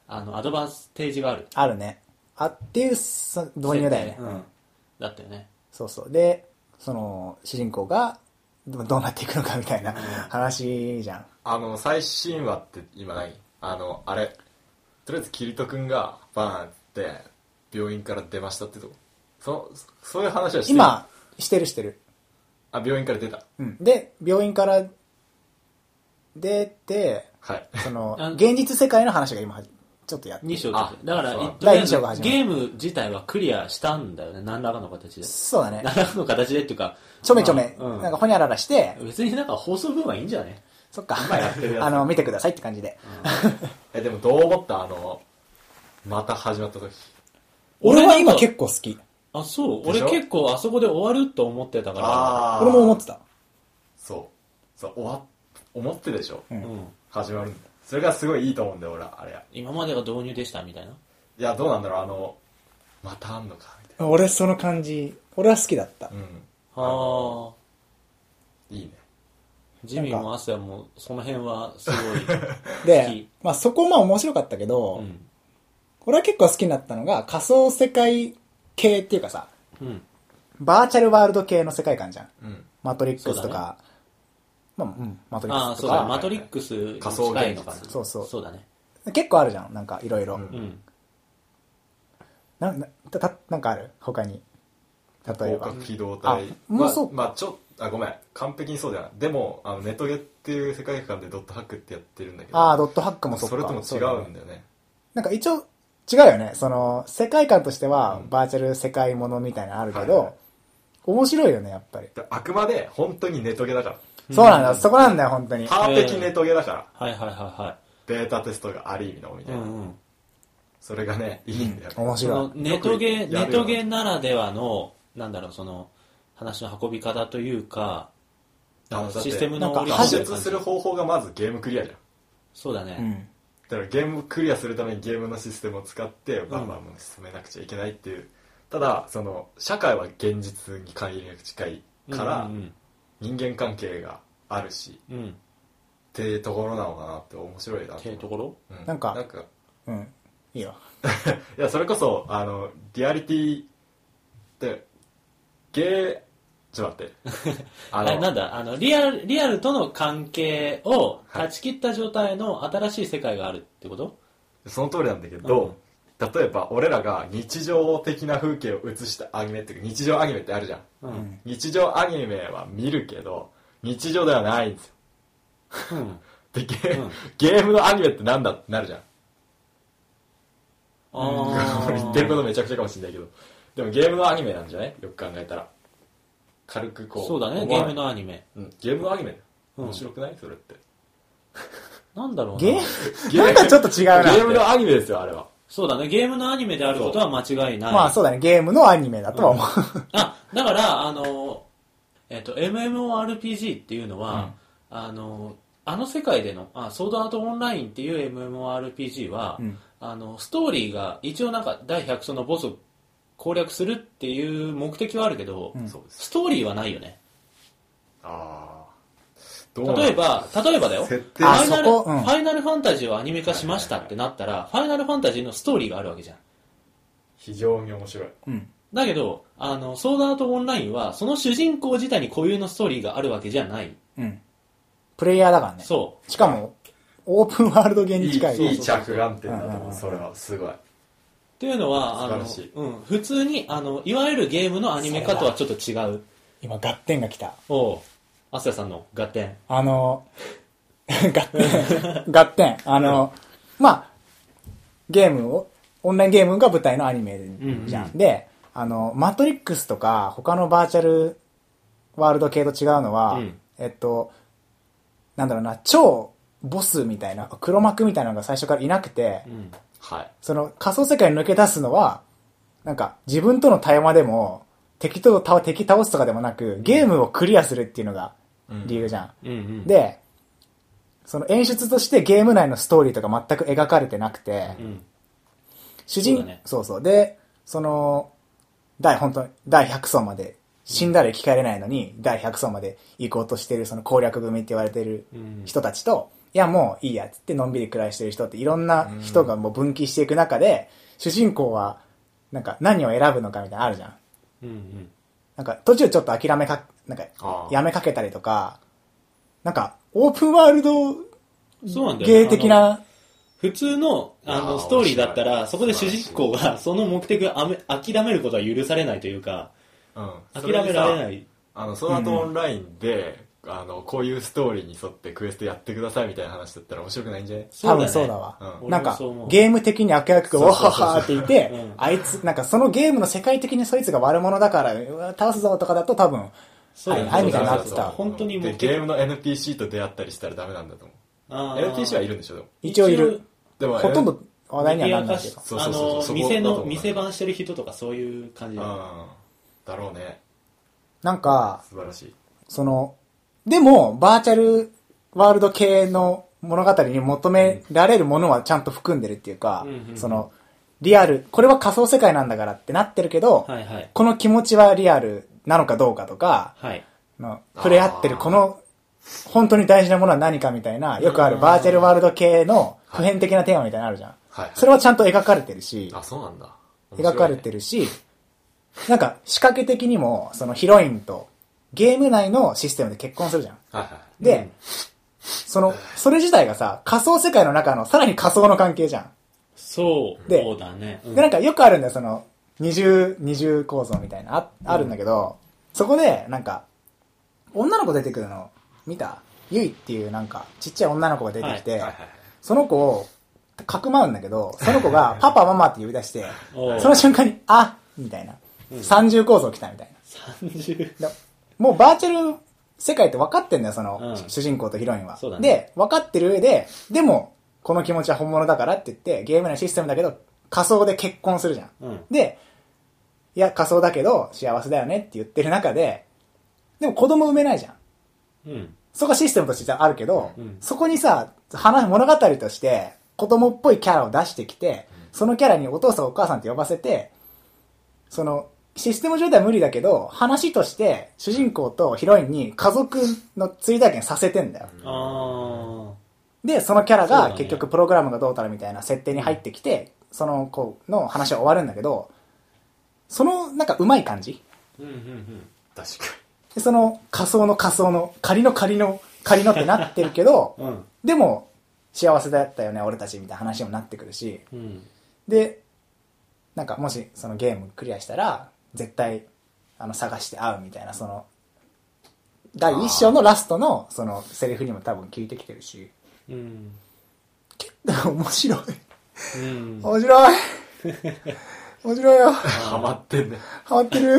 アドバンテージがある。 あるね。っていう導入だよね。 うん。だったよね。 そうそう。で、その、主人公がどうなっていくのかみたいな話じゃん。 最新話って今何あれ、とりあえずキリト君がバーンって病院から出ましたってとこ。そういう話はしてる。 今、してる。 病院から出た。 うん。で、病院から出て、 はい。 その、現実世界の話が今、ちょっとやって 2章だから、 第2章が始まる。 ゲーム自体はクリアしたんだよね。何らかの形で。 そうだね。 何らかの形でっていうか。 ちょめちょめ、なんかほにゃららして。 別になんか放送分はいいんじゃね？ そっか。 今やってるやつ。 見てくださいって感じで。 でもどう思ったまた始まった時。 俺は今結構好き。 あ、そう。俺結構あそこで終わると思ってたから。 俺も思ってた。 そう、思ってでしょ。 うん。 始まるんだ。それがすごいいいと思うんだよ、俺は、あれ。今までが導入でしたみたいな。 いや、どうなんだろう、またあんのか、みたいな。 俺その感じ、俺は好きだった。 うん。 はあ。 いいね。 ジミーもアスヤもその辺はすごいで、まあそこまあ面白かったけど、俺は結構好きになったのが仮想世界系っていうかさ、バーチャルワールド系の世界観じゃん。マトリックスとか、マトリックスとか。 マトリックスに近いのかな。そうだね。 結構あるじゃん、なんかいろいろ。なんかある他に。例えば。 機動隊。 もうそう。 ごめん。完璧にそうじゃない。でも、ネトゲっていう世界観でドットハックってやってるんだけど。 ドットハックもそっか。 それとも違うんだよね。 なんか一応、違うよね。その、世界観としては、バーチャル世界ものみたいなのあるけど、面白いよね、やっぱり。 あくまで、本当にネトゲだから。 そうなんだ、そこなんだよ、本当に。 パーフェキネトゲだから。 はい。 ベータテストがありのみたいな。それがね、いいんだよ。 面白い。 ネトゲならではの、なんだろう、その、話の運び方というか、システムの発出する方法がまずゲームクリアじゃん。 そうだね。 だからゲームクリアするためにゲームのシステムを使ってバンバン進めなくちゃいけないっていう。ただ、その、社会は現実に限りなく近いから、人間関係があるし、っていうところなのかなって面白いなっていうところ、 なんかいいよいやそれこそリアリティってちょっと待ってなんだリアルとの関係を断ち切った状態の新しい世界があるってこと？ その通りなんだけど、例えば俺らが日常的な風景を映したアニメっていうか日常アニメってあるじゃん、日常アニメは見るけど日常ではないんですよ、でゲームのアニメってなんだってなるじゃん。言ってることめちゃくちゃかもしれないけど、でもゲームのアニメなんじゃない？よく考えたら軽くこう。 そうだね、ゲームのアニメ。 ゲームのアニメ面白くない？それってなんだろうな。なんかちょっと違うな。 ゲームのアニメですよ、あれは。 そうだね、ゲームのアニメであることは間違いない。 まあそうだね、ゲームのアニメだとは思う。 だからMMORPG っていうのは、あの世界でのソードアートオンラインっていう MMORPG は、ストーリーが一応なんか第100そのボスを攻略するっていう目的はあるけど、ストーリーはないよね。例えばだよ、ファイナルファンタジーをアニメ化しましたってなったら、ファイナルファンタジーのストーリーがあるわけじゃん。 非常に面白い。 だけどソードアートオンラインはその主人公自体に固有のストーリーがあるわけじゃない。 プレイヤーだからね。 そう。 しかもオープンワールドゲーに近い。 いい着眼点だと思う。それはすごい。 っていうのは普通にいわゆるゲームのアニメ化とはちょっと違う。 今合点が来た。 アスヤさんの合点。 合点。まあ、オンラインゲームが舞台のアニメじゃん。で、マトリックスとか他のバーチャルワールド系と違うのは、なんだろうな、超ボスみたいな、黒幕みたいなのが最初からいなくて、その仮想世界に抜け出すのは、なんか自分との対話でも、敵倒すとかでもなく、ゲームをクリアするっていうのが理由じゃん。で、その演出としてゲーム内のストーリーとか全く描かれてなくて、そう。で、その、本当に第100層まで、死んだら生き返れないのに、第100層まで行こうとしてるその攻略組って言われてる人たちと、 いやもういいやっつってのんびり暮らしてる人っていろんな人がもう分岐していく中で、主人公はなんか何を選ぶのかみたいなのあるじゃん。 うんうん。 なんか途中ちょっと諦めか、なんかやめかけたりとか、なんかオープンワールドゲー的な、 普通のストーリーだったらそこで主人公がその目的を諦めることは許されないというか、諦められない。 その後オンラインで、こういうストーリーに沿ってクエストやってくださいみたいな話だったら面白くないんじゃない？ 多分そうだわ。なんかゲーム的に悪役がワハハっていて、あいつなんかそのゲームの世界的にそいつが悪者だから倒すぞとかだと多分はいみたいになってた。 本当にもうゲームの NPC と出会ったりしたらダメなんだと思う。NPC はいるんでしょ？ 一応いる。 でもほとんど話題にはならないけど。店番してる人とかそういう感じだろうね。 なんか素晴らしい。 でもバーチャルワールド系の物語に求められるものはちゃんと含んでるっていうか、リアル、これは仮想世界なんだからってなってるけど、この気持ちはリアルなのかどうかとか、触れ合ってるこの本当に大事なものは何かみたいな、よくあるバーチャルワールド系の普遍的なテーマみたいなのあるじゃん。それはちゃんと描かれてるし、 そうなんだ。 描かれてるし、なんか仕掛け的にもそのヒロインとゲーム内のシステムで結婚するじゃん。で、それ自体がさ、仮想世界の中のさらに仮想の関係じゃん。 そうだね。 で、なんかよくあるんだよ、二重構造みたいな、あるんだけど、そこで、なんか、女の子出てくるの、見た？ゆいっていうなんか、ちっちゃい女の子が出てきて、その子を、かくまうんだけど、その子がパパママって呼び出して、その瞬間に、あみたいな。三重構造来たみたいな。 三重もうバーチャル世界って分かってんだよ、主人公とヒロインは。で、分かってる上で、でも、この気持ちは本物だからって言って、ゲーム内システムだけど、仮想で結婚するじゃん。で、いや、仮想だけど、幸せだよねって言ってる中で、でも子供産めないじゃん。そこはシステムとしてあるけど、そこにさ、物語として、子供っぽいキャラを出してきて、そのキャラにお父さんお母さんって呼ばせて、システム上では無理だけど、話として主人公とヒロインに家族の追体験させてんだよ。で、そのキャラが結局プログラムがどうたらみたいな設定に入ってきて、その子の話は終わるんだけど、なんか上手い感じ。 確かで、仮想の仮のってなってるけど、でも幸せだったよね、俺たちみたいな話にもなってくるし、で、なんかもしそのゲームクリアしたら、絶対探して会うみたいな第一章のラストのセリフにも多分聞いてきてるし、結構面白い。面白い。面白いよ。 ハマってんね。 ハマってる。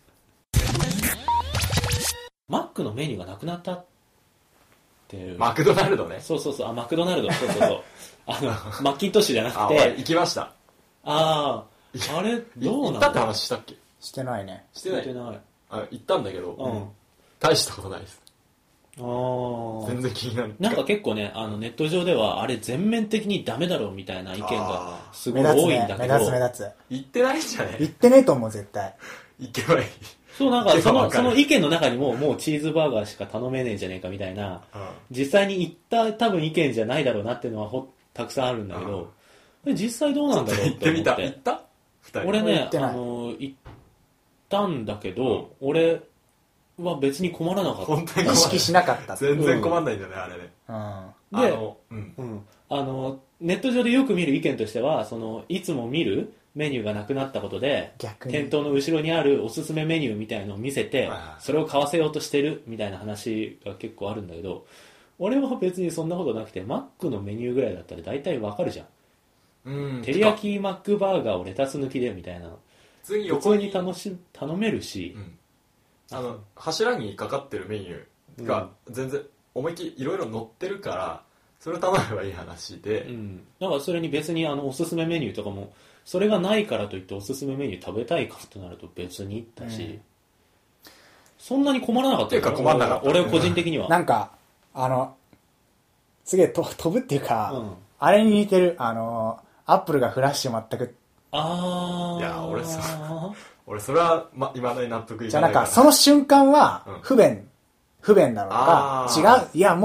マックのメニューがなくなったっていう。 マクドナルドね。 そう、マクドナルド。そう。マッキントッシュじゃなくて。 行きました。 あれどうなんだ。 行ったって話したっけ？ してないね。 してない。行ったんだけど、大したことないです。全然気になる。 なんか結構ね、ネット上ではあれ全面的にダメだろうみたいな意見がすごい多いんだけど、 目立つ。 行ってないんじゃね？ 行ってねえと思う、絶対。 行けばいい。 そう、なんかその意見の中にもうチーズバーガーしか頼めねえんじゃねえかみたいな、実際に行った多分意見じゃないだろうなっていうのはたくさんあるんだけど、実際どうなんだろうって思って。 行った？ 俺ね、行ったんだけど、俺は別に困らなかった。 本当に意識しなかった。 全然困んないんだよね、あれね。 で、ネット上でよく見る意見としては、いつも見るメニューがなくなったことで、店頭の後ろにあるおすすめメニューみたいのを見せて、それを買わせようとしてるみたいな話が結構あるんだけど、俺は別にそんなことなくて、マックのメニューぐらいだったら大体わかるじゃん。照り焼きマックバーガーをレタス抜きでみたいな。普通に頼めるし、 柱にかかってるメニューが全然思いっきりいろいろ載ってるから、それを頼めばいい話で、 だからそれに別におすすめメニューとかもそれがないからといっておすすめメニュー食べたいかとなると別にだし、そんなに困らなかった。 っていうか困らなかった。 俺個人的にはなんかすげえ飛ぶっていうか、あれに似てるアップルがフラッシュ全く。 いや俺それは未だに納得いかないから。 じゃあなんかその瞬間は不便だろうとか、違う、いやも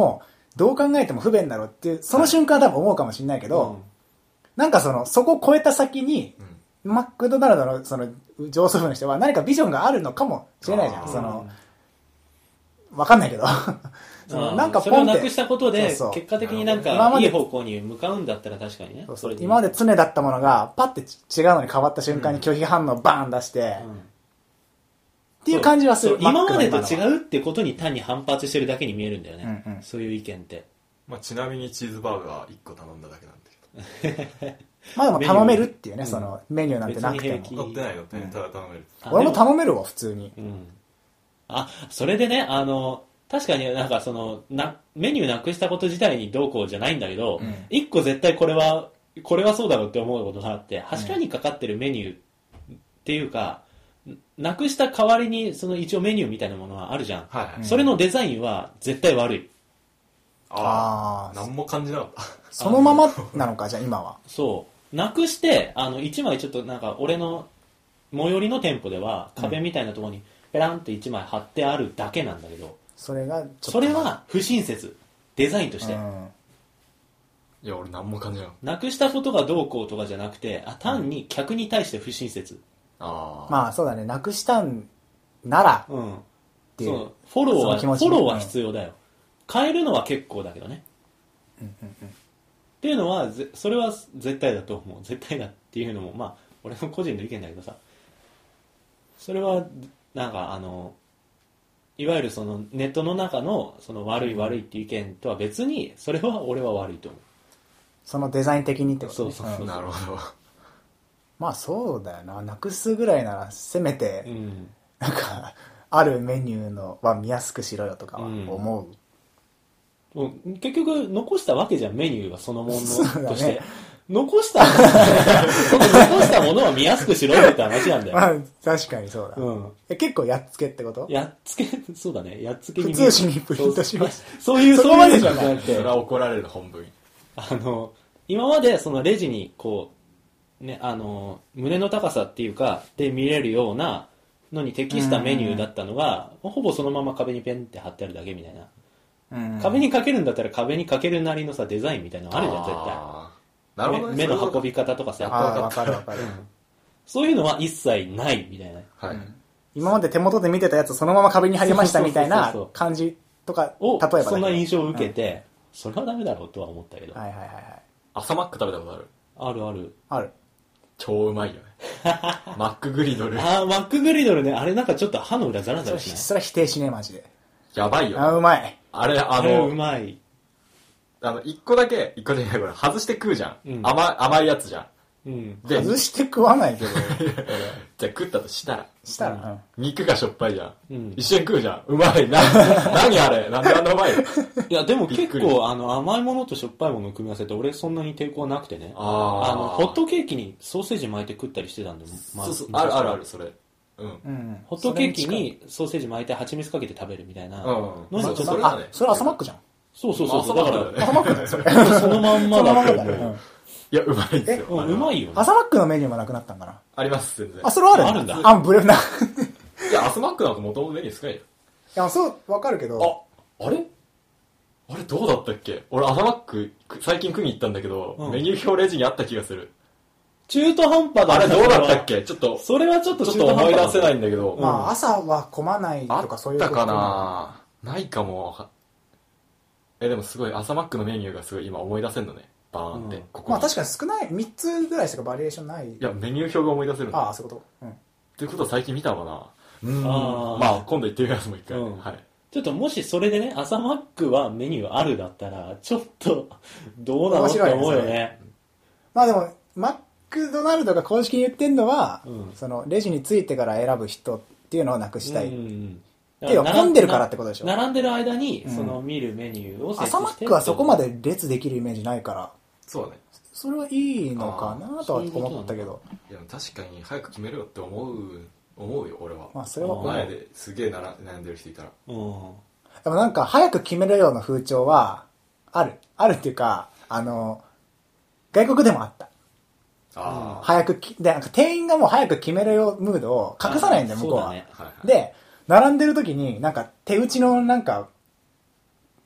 どう考えても不便だろうっていう、その瞬間は多分思うかもしれないけど、なんかそこを超えた先に、マクドナルドのその上層部の人は何かビジョンがあるのかもしれないじゃん。わかんないけど。 なんかポンってそれをなくしたことで、結果的になんかいい方向に向かうんだったら確かにね。 今まで常だったものが、パッて違うのに変わった瞬間に拒否反応をバーン出して、っていう感じはする。 今までと違うってことに単に反発してるだけに見えるんだよね。そういう意見って。 まあちなみにチーズバーガー1個頼んだだけなんだけど。 まあでも頼めるっていうね、そのメニューなんてなくても。 乗ってない、ただ頼める。 俺も頼めるわ、普通に。 それでね、確かになんかメニューなくしたこと自体にどうこうじゃないんだけど、一個絶対これはそうだろうって思うことがあって、柱にかかってるメニューっていうか、なくした代わりに一応メニューみたいなものはあるじゃん。それのデザインは絶対悪い。 何も感じなかった。 そのままなのか、じゃあ今は。 そう。なくして、一枚ちょっとなんか俺の最寄りの店舗では壁みたいなところにペランって一枚貼ってあるだけなんだけど、それは不親切。デザインとして。 いや、俺何も感じなかった。 なくしたことがどうこうとかじゃなくて、単に客に対して不親切。 まあそうだね、なくしたんなら、 っていう。フォローは必要だよ。変えるのは結構だけどね。っていうのは、それは絶対だと思う。絶対だっていうのも、まあ、俺の個人の意見だけどさ、それは、なんかいわゆるネットの中の悪いっていう意見とは別に、それは俺は悪いと思う。 そのデザイン的にってことね。 そう。なるほど。 まあそうだよな。なくすぐらいなら、せめて、なんか、あるメニューのは見やすくしろよとかは思う。 結局残したわけじゃん、メニューはそのものとして、残したものは見やすくしろよって話なんだよ。 まあ確かにそうだ。結構やっつけってこと？ やっつけ、そうだね、やっつけに普通紙にプリントします。 そういうまでじゃなくて、それは怒られる本文。 今までレジにこうね、胸の高さっていうかで見れるようなのに適したメニューだったのが、ほぼそのまま壁にペンって貼ってあるだけみたいな。壁にかけるんだったら壁にかけるなりのさデザインみたいなのあるじゃん、絶対。 なるほどね。 目の運び方とかさ。 わかる。 そういうのは一切ないみたいな。 今まで手元で見てたやつそのまま壁に貼りましたみたいな感じとか、例えばそんな印象を受けて、それはダメだろうとは思ったけど。 朝マック食べたことある？ ある。 超うまいよね。マックグリドル。 マックグリドルね。あれなんかちょっと歯の裏ザラザラしない？ それは否定しねえ、マジで。 やばいよ。 うまい。 あれ、 うまい。 一個じゃないこれ、外して食うじゃん。甘いやつじゃん。 外して食わないけど。 じゃあ食ったとしたら。 肉がしょっぱいじゃん。一緒に食うじゃん。うまい。何あれなんであんなうまいの？ いや、でも結構、甘いものとしょっぱいものを組み合わせて、俺そんなに抵抗はなくてね。ホットケーキにソーセージ巻いて食ったりしてたんだよ。 そう、ある、それ。 ホットケーキにソーセージ巻いて蜂蜜かけて食べるみたいな。 それ朝マックじゃん。 そう。だから、 朝マックだよ、それ。 そのまんまだと思う。 いや、うまいんですよ。 うまいよ。 朝マックのメニューもなくなったんかな？ あります、全然。 それはあるんだ。 ブレな。 いや、朝マックなんかもともとメニュー少ないよ。 いや、そう、わかるけど。 あれどうだったっけ？俺朝マック、最近食いに行ったんだけど、メニュー表レジにあった気がする。 中途半端だ。 あれどうだったっけ？ちょっと。 それはちょっと思い出せないんだけど。 まあ、朝は混まないとかそういうこと。 あったかな？ないかも。でもすごい朝マックのメニューがすごい今思い出せんのね。バーンって。 まあ確かに少ない、3つぐらいしかバリエーションない。いや、メニュー表が思い出せるんだ。 そういうこと。 っていうことは最近見たのかな？まあ今度言ってみます、もう一回。はい。 ちょっともしそれでね、朝マックはメニューあるだったら、ちょっと、どうなのって思うよね。 まあでも、マックドナルドが公式に言ってんのは、そのレジについてから選ぶ人っていうのをなくしたい。っていうか混んでるからってことでしょ。 並んでる間に、見るメニューを設置して。 朝マックはそこまで列できるイメージないから。 そうだね。 それはいいのかなとは思ったけど。 いや、確かに早く決めろよって思うよ、俺は。 まあそれは前ですげえ悩んでる人いたら。 でもなんか早く決めるような風潮は、あるっていうか、外国でもあった。早くで、なんか店員がもう早く決めるよムードを隠さないんだよ、向こうは。で、並んでる時に、なんか手打ちのなんか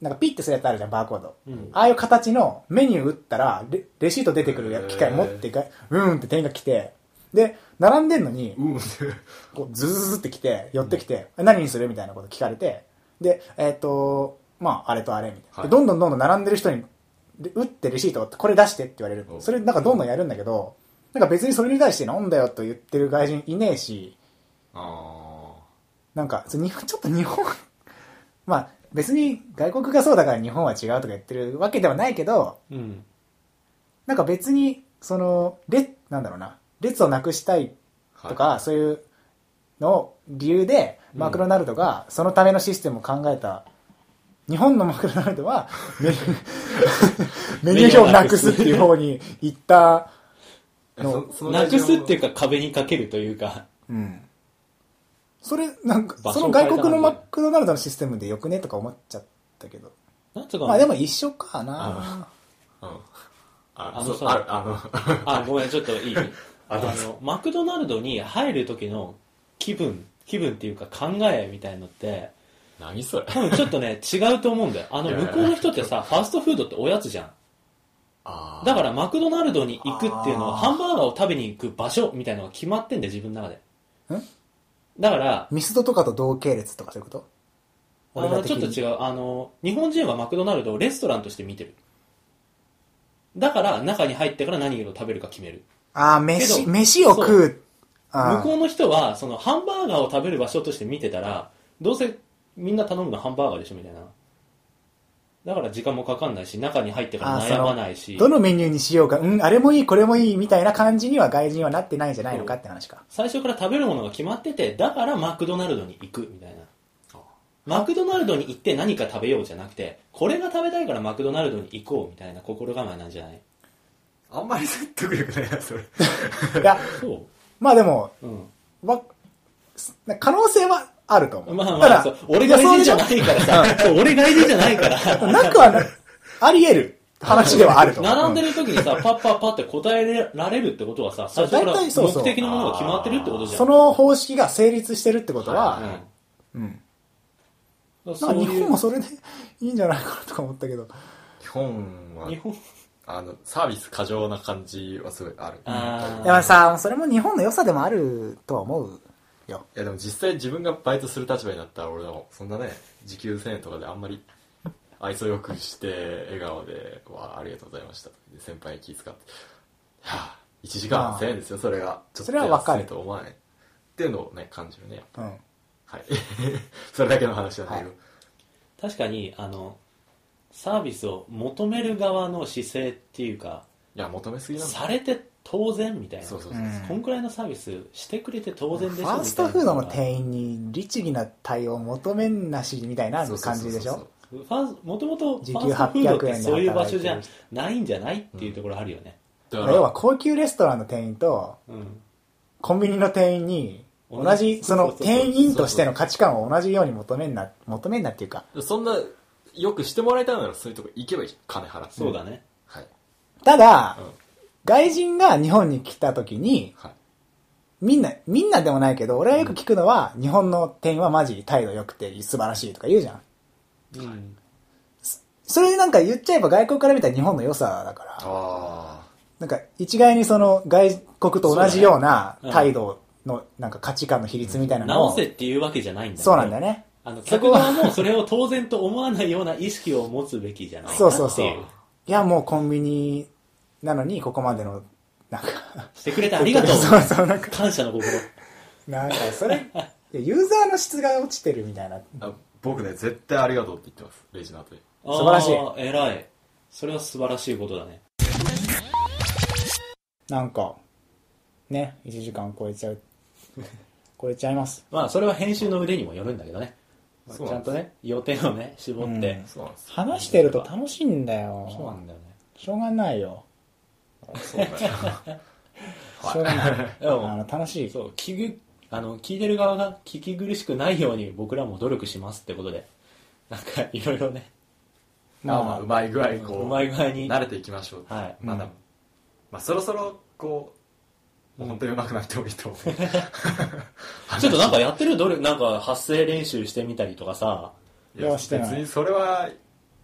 なんかピッてするやつあるじゃん、バーコード。ああいう形のメニュー打ったら、レシート出てくる機械持ってって店員が来て、で、並んでんのに、こうズズズって来て、寄ってきて、何にするみたいなこと聞かれて、で、まあ、あれとあれみたいな。はい、どんどん並んでる人に、打ってレシートこれ出してって言われる。それなんかどんどんやるんだけど、なんか別にそれに対してなんだよと言ってる外人いねえし、なんか、ちょっと日本、まあ別に外国がそうだから日本は違うとか言ってるわけではないけど、なんか別に、なんだろうな、列をなくしたいとか、そういうのを理由で、マクドナルドがそのためのシステムを考えた、日本のマクドナルドはメニュー表をなくすっていう方に行ったの。 なくすっていうか壁にかけるというか。 それ、なんか、その外国のマクドナルドのシステムでよくねとか思っちゃったけど。まあでも一緒かな。 ごめん、ちょっといいマクドナルドに入る時の気分っていうか考えみたいのって、 何それ多分ちょっとね、違うと思うんだよ。向こうの人ってさ、ファーストフードっておやつじゃん。だからマクドナルドに行くっていうのは、ハンバーガーを食べに行く場所みたいなのが決まってんだよ、自分の中で。だから、 ミスドとかと同系列とかそういうこと？ ちょっと違う。日本人はマクドナルドをレストランとして見てる。だから、中に入ってから何を食べるか決める。 飯を食う。 向こうの人は、ハンバーガーを食べる場所として見てたら、どうせみんな頼むのハンバーガーでしょみたいな。だから時間もかかんないし、中に入ってから悩まないし。 どのメニューにしようか、あれもいい、これもいいみたいな感じには外人はなってないんじゃないのかって話か。 最初から食べるものが決まってて、だからマクドナルドに行くみたいな。マクドナルドに行って何か食べようじゃなくて、これが食べたいからマクドナルドに行こうみたいな心構えなんじゃない？ あんまり説得力ないな、それ。 いや、まあでも、可能性はあると思う。 まあ、俺が外人じゃないからさ、俺が外人じゃないから。 なくはあり得る話ではあると思う。 並んでる時にさ、パッって答えられるってことはさ、最初から目的のものが決まってるってことじゃん。 その方式が成立してるってことは、なんか日本もそれでいいんじゃないかなとか思ったけど。 日本は、サービス過剰な感じはすごいある。 いやさ、それも日本の良さでもあるとは思うよ。 いやでも実際自分がバイトする立場になったら俺もそんなね、時給1000円とかであんまり愛想よくして笑顔でありがとうございましたで先輩に気遣って1時間1000円ですよ、それがちょっと安いと思わないっていうのをね感じるね。はいそれだけの話なんだけど、 確かにサービスを求める側の姿勢っていうか、 いや求めすぎなんだ、 されて当然みたいな。こんくらいのサービスしてくれて当然でしょみたいな。 ファーストフードの店員に律儀な対応を求めんなしみたいな感じでしょ。 もともとファーストフードってそういう場所じゃないんじゃないっていうところあるよね。 要は高級レストランの店員とコンビニの店員に同じその店員としての価値観を同じように求めんなっていうか、 そんなよくしてもらいたいならそういうとこ行けばいいじゃん、金払って。 そうだね。 ただ、外人が日本に来た時に、みんなでもないけど、俺はよく聞くのは、日本の店員はマジ態度良くて素晴らしいとか言うじゃん。それでなんか言っちゃえば外国から見たら日本の良さだから、なんか一概にその外国と同じような態度のなんか価値観の比率みたいなのを、 直せっていうわけじゃないんだよね。 そうなんだよね。 客側もそれを当然と思わないような意識を持つべきじゃないかなっていう。 いやもうコンビニなのにここまでのなんかしてくれてありがとう。 そうなんか感謝の心。 なんかそれユーザーの質が落ちてるみたいな。 僕ね絶対ありがとうって言ってます、レジの後で。 素晴らしい。偉い。それは素晴らしいことだね。 なんかね、1時間超えちゃいます。 まあそれは編集の腕にもよるんだけどね。ちゃんとね、要点をね、絞って、 話してると楽しいんだよ。 そうなんだよね。 しょうがないよ。 そうだよ。 しょうがない。楽しい。 そう、聞いてる側が聞き苦しくないように僕らも努力しますってことで、なんかいろいろね。 まあうまい具合こう、 うまい具合に慣れていきましょう。 はい。 まあそろそろこう、本当に上手くなってもいいと思う。 ちょっとなんかやってるなんか発声練習してみたりとかさ。 いや別にそれは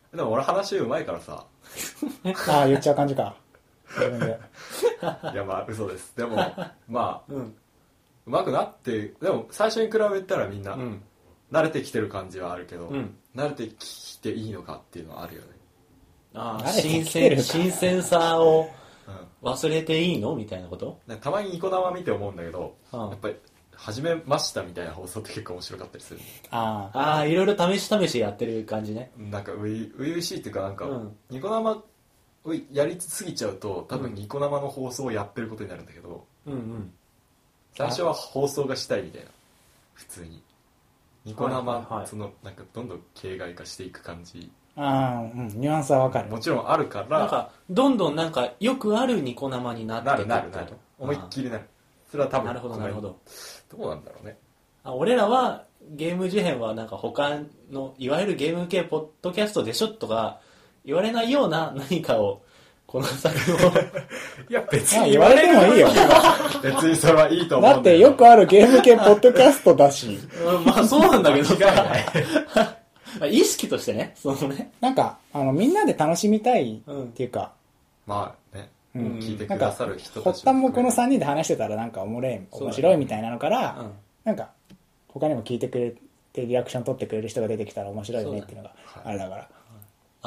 でも俺話うまいからさ。 ああ、言っちゃう感じか。自分で。 いやまあ嘘です。でもまあ、うまくなって、でも最初に比べたらみんな慣れてきてる感じはあるけど、慣れてきていいのかっていうのはあるよね。 ああ、新鮮さを忘れていいのみたいなこと？ たまにニコ生見て思うんだけど、やっぱり始めましたみたいな放送って結構面白かったりする。 ああ、いろいろ試しやってる感じね。 なんか初々しいっていうか、なんか、ニコ生をやりすぎちゃうと多分ニコ生の放送をやってることになるんだけど、最初は放送がしたいみたいな、普通にニコ生、そのなんかどんどん形骸化していく感じ。 ニュアンスはわかる。 もちろんあるから、 なんかどんどんなんかよくあるニコ生になってくる。 なる思いっきりなる。それは多分なるほど。 どうなんだろうね。 俺らはゲーム事変はなんか他のいわゆるゲーム系ポッドキャストでしょとか言われないような何かをこの作をいや別に言われてもいいよ。 別にそれはいいと思うんだってよくあるゲーム系ポッドキャストだし。 まあそうなんだけどさ。意識としてね、そのね。 なんかみんなで楽しみたいっていうか。 まあね。聞いてくださる人たち。 発端もこの3人で話してたらなんか面白いみたいなのから、なんか他にも聞いてくれてリアクション取ってくれる人が出てきたら面白いよねっていうのがあれだから。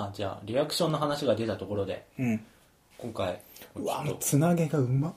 じゃあリアクションの話が出たところで、今回うわつなげがうま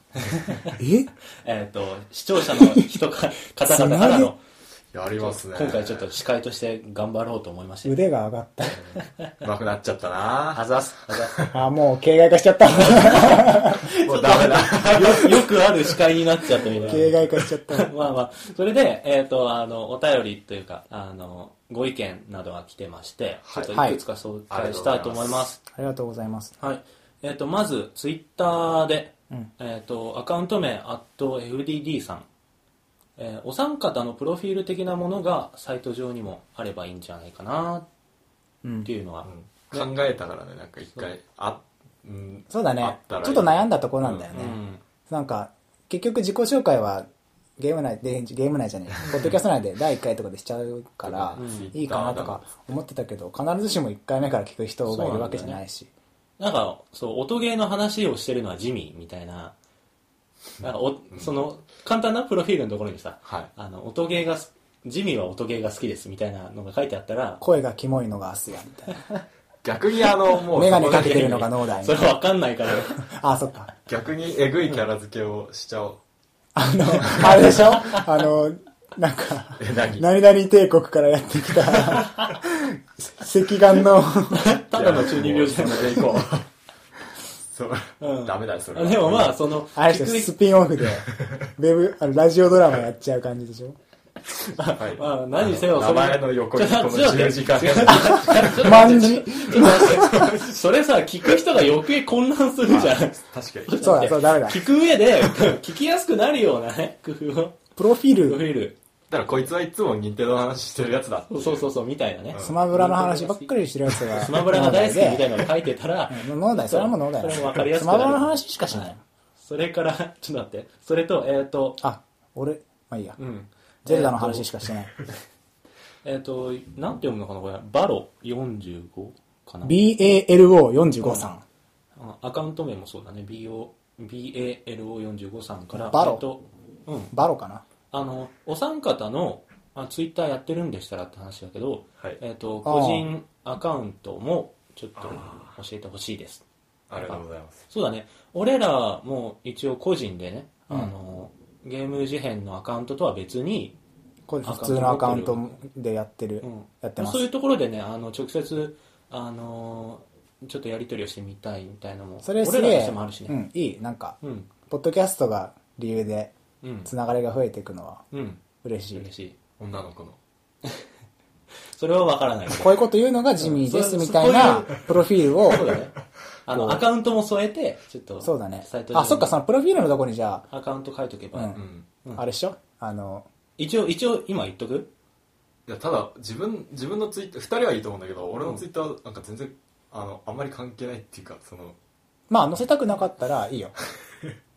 視聴者の方々からのやりますね。 今回ちょっと司会として頑張ろうと思いまして。 腕が上がった。 うまくなっちゃったな。 あざす。 もう形骸化しちゃった。 もうダメだ。 よくある司会になっちゃったみたいな。 形骸化しちゃった。 まあそれで、お便りというか、ご意見などが来てまして、ちょっといくつか紹介したいと思います。 ありがとうございます。 はい。まず、ツイッターで、アカウント名、@FDD さん。お三方のプロフィール的なものがサイト上にもあればいいんじゃないかなっていうのは、 考えたからね、なんか一回そうだね、ちょっと悩んだところなんだよね、なんか結局自己紹介はゲーム内じゃねえポッドキャスト内で第1回とかでしちゃうからいいかなとか思ってたけど、必ずしも1回目から聞く人がいるわけじゃないし、 なんかそう音ゲーの話をしてるのはジミーみたいな、なんかその簡単なプロフィールのところにさ、音ゲーがジミーは音ゲーが好きですみたいなのが書いてあったら、 声がキモいのがアスヤみたいな逆にもうメガネかけてるのがノーダイそれ分かんないからあ、そっか、 逆にエグいキャラ付けをしちゃおう。 あれでしょなんか何々帝国からやってきた赤眼のただの中二病児なのでいこうそう、ダメだよそれは。 でもまあそのあれでしょ、スピンオフでウェブラジオドラマやっちゃう感じでしょ。 何せよ名前の横にこの十字架万字それさ聞く人が余計混乱するじゃん。 確かにそうダメだ。 聞く上で聞きやすくなるようなね工夫をプロフィールだからこいつはいつも任天堂の話してるやつだ。 そうみたいなね。 スマブラの話ばっかりしてるやつがスマブラが大好きみたいなの書いてたらノーダイ、それはもうノーダイ。 それも分かりやすくスマブラの話しかしない。 それからちょっと待って、それと俺まあいいや、ゼルダの話しかしてないなんて読むのかなこれ、バロ45かな、 BALO45 さん、 アカウント名もそうだね、BALO45 さんからバロ、バロかな、 お三方のツイッターやってるんでしたらって話だけど、個人アカウントもちょっと教えてほしいです。 ありがとうございます。 そうだね、俺らも一応個人でね、ゲーム事変のアカウントとは別に普通のアカウントでやってます。 そういうところでね、直接ちょっとやり取りをしてみたいみたいなのもそれすげえ俺らとしてもあるしね、 いい、なんか、ポッドキャストが理由でつながりが増えていくのは嬉しい、 女の子のそれは分からないこういうこと言うのがジミーですみたいなプロフィールをそうだね、アカウントも添えてちょっとそうだね、 サイトそっか、そのプロフィールのとこにじゃあアカウント書いとけば、 あれっしょ、 一応今言っとく。 いやただ自分のツイッター2人はいいと思うんだけど、俺のツイッターなんか全然あんまり関係ないっていうか、 まあ載せたくなかったらいいよ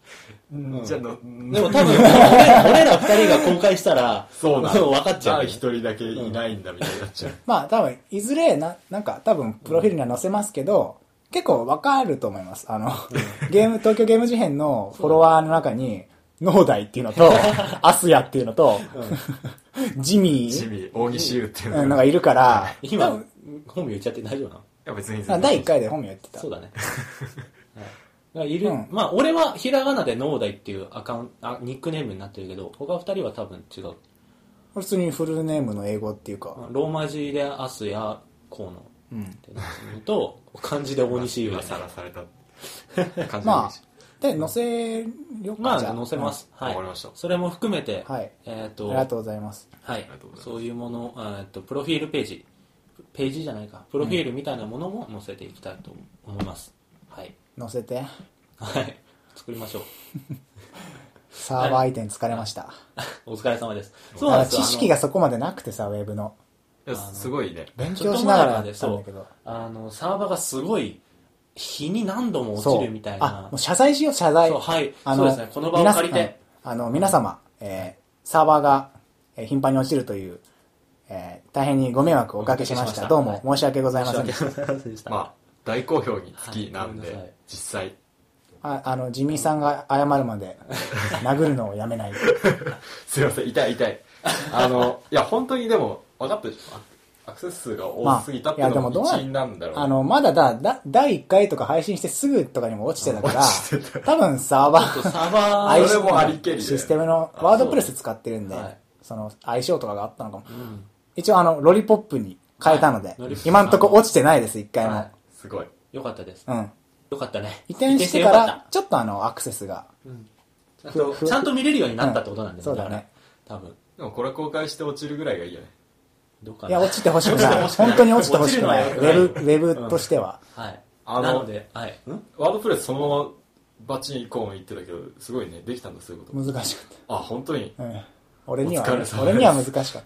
じゃあでも多分俺ら二人が公開したらそうな分かっちゃう、 一人だけいないんだみたいになっちゃう。 まあ多分いずれなんか多分プロフィールには載せますけど、結構わかると思います。東京ゲーム事変のフォロワーの中に農大っていうのとアスヤっていうのと、ジミー大西優っていうのがいるから、 今本名言っちゃって大丈夫なの？ いや別に第1回で本名言ってた。 そうだね。いる、まあ俺はひらがなで農大っていうニックネームになってるけど、他二人は多分違う。 普通にフルネームの英語っていうか、 ローマ字でアスヤ河野ってなってると、漢字で大西優でさらされたまあで載せようか。 まあ載せます。はい。 わかりました。 それも含めて、 はい。ありがとうございます。 はい。そういうもの、プロフィールページじゃないか、プロフィールみたいなものも載せていきたいと思います。はい。 載せて。 はい。作りましょう。 サーバー移転疲れました。 お疲れ様です。 そうなんですよ。知識がそこまでなくてさ、ウェブの。 すごいね。 勉強しながらやったんだけど。 サーバーがすごい、日に何度も落ちるみたいな。 もう謝罪しよう、謝罪。 そう、はい。そうですね。この場を借りて。 皆様、サーバーが頻繁に落ちるという、大変にご迷惑をおかけしました。どうも申し訳ございませんでした。 まあ、大好評につきなんで、実際。 ジミーさんが謝るまで殴るのをやめない。 すいません、痛い。いや、本当にでも、分かったでしょ。アクセス数が多すぎたっていうのも一因なんだろう、 まだ第1回とか配信してすぐとかにも落ちてたから、多分サーバー、それもありけりでシステムのワードプレス使ってるんで、その相性とかがあったのかも。一応ロリポップに変えたので、今んとこ落ちてないです、1回も。 すごい。 よかったです。よかったね。 移転してから、ちょっとアクセスが。 ちゃんと見れるようになったってことなんですね。そうだね。 多分。 でもこれ公開して落ちるぐらいがいいよね。 いや、落ちてほしくない。本当に落ちてほしくない。ウェブとしては。 はい。なので、 ワードプレスそのままバチコーン言ってたけど、すごいね、できたんだ、そういうこと。 難しかった。 あ、本当に俺には難しかった。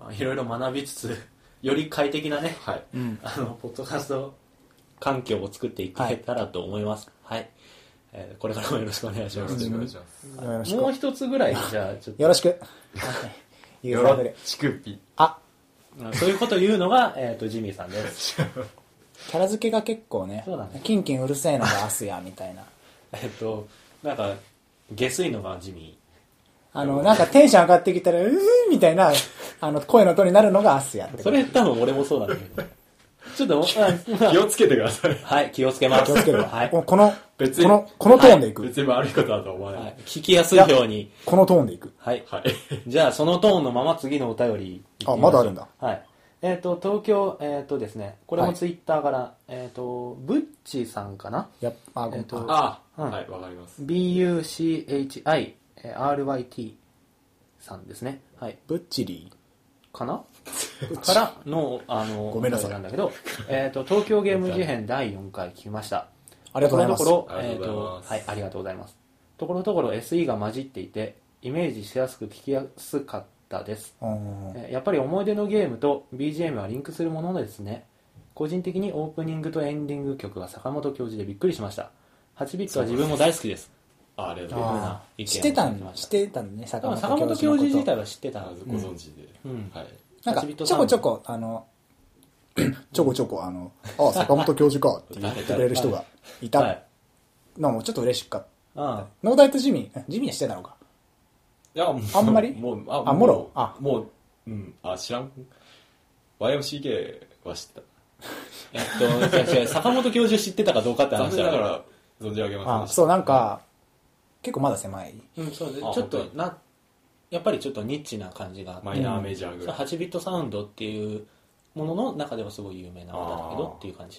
いろいろ学びつつ、より快適なね、ポッドキャスト環境を作っていけたらと思います。はい。これからもよろしくお願いします。もう一つぐらい、じゃあ、ちょっと。 よろしく。 よろしくぴ。 そういうこと言うのが、ジミーさんです。 キャラ付けが結構ね、キンキンうるせえのがアスヤみたいな。 なんか、下水のがジミー。なんかテンション上がってきたら、みたいな、声のトーンになるのがアスヤ。 それ多分俺もそうなんだけど。ちょっと、 気をつけてください。 はい、気をつけます。 気をつけるわ。 はい。 このトーンでいく。 別に悪いことだと思わない。 聞きやすいように。 このトーンでいく。 はい。じゃあ、そのトーンのまま次のお便り。 まだあるんだ。 はい。東京、ですね、これもツイッターから、ブッチさんかな？ はい、わかります。 BUCHIRYT さんですね。はい。 ブッチリーかなからの、 ごめんなさい。 なんだけど、東京ゲーム事変第4回聞きました。 ありがとうございます。 はい、ありがとうございます。ところどころ SE が混じっていて、イメージしやすく聞きやすかったです。やっぱり思い出のゲームと BGM はリンクするものですね。個人的にオープニングとエンディング曲が坂本教授でびっくりしました。8ビットは自分も大好きです。 ありがとうございます。知ってたんね、 坂本教授自体は知ってた。 ご存知で。はい。 なんか、ちょこちょこ、坂本教授かって言ってくれる人がいたのもちょっと嬉しかった。ノーダイとジミーはしてたのか。 いや、 あんまりもう、知らん。YMCK は知ってた。坂本教授知ってたかどうかって話だから、存じ上げません。 そう、なんか、結構まだ狭い。 そうで、ちょっとやっぱりちょっとニッチな感じがあって、 マイナーメジャーぐらい。 8ビットサウンドっていうものの中ではすごい有名な歌だけどっていう感じ。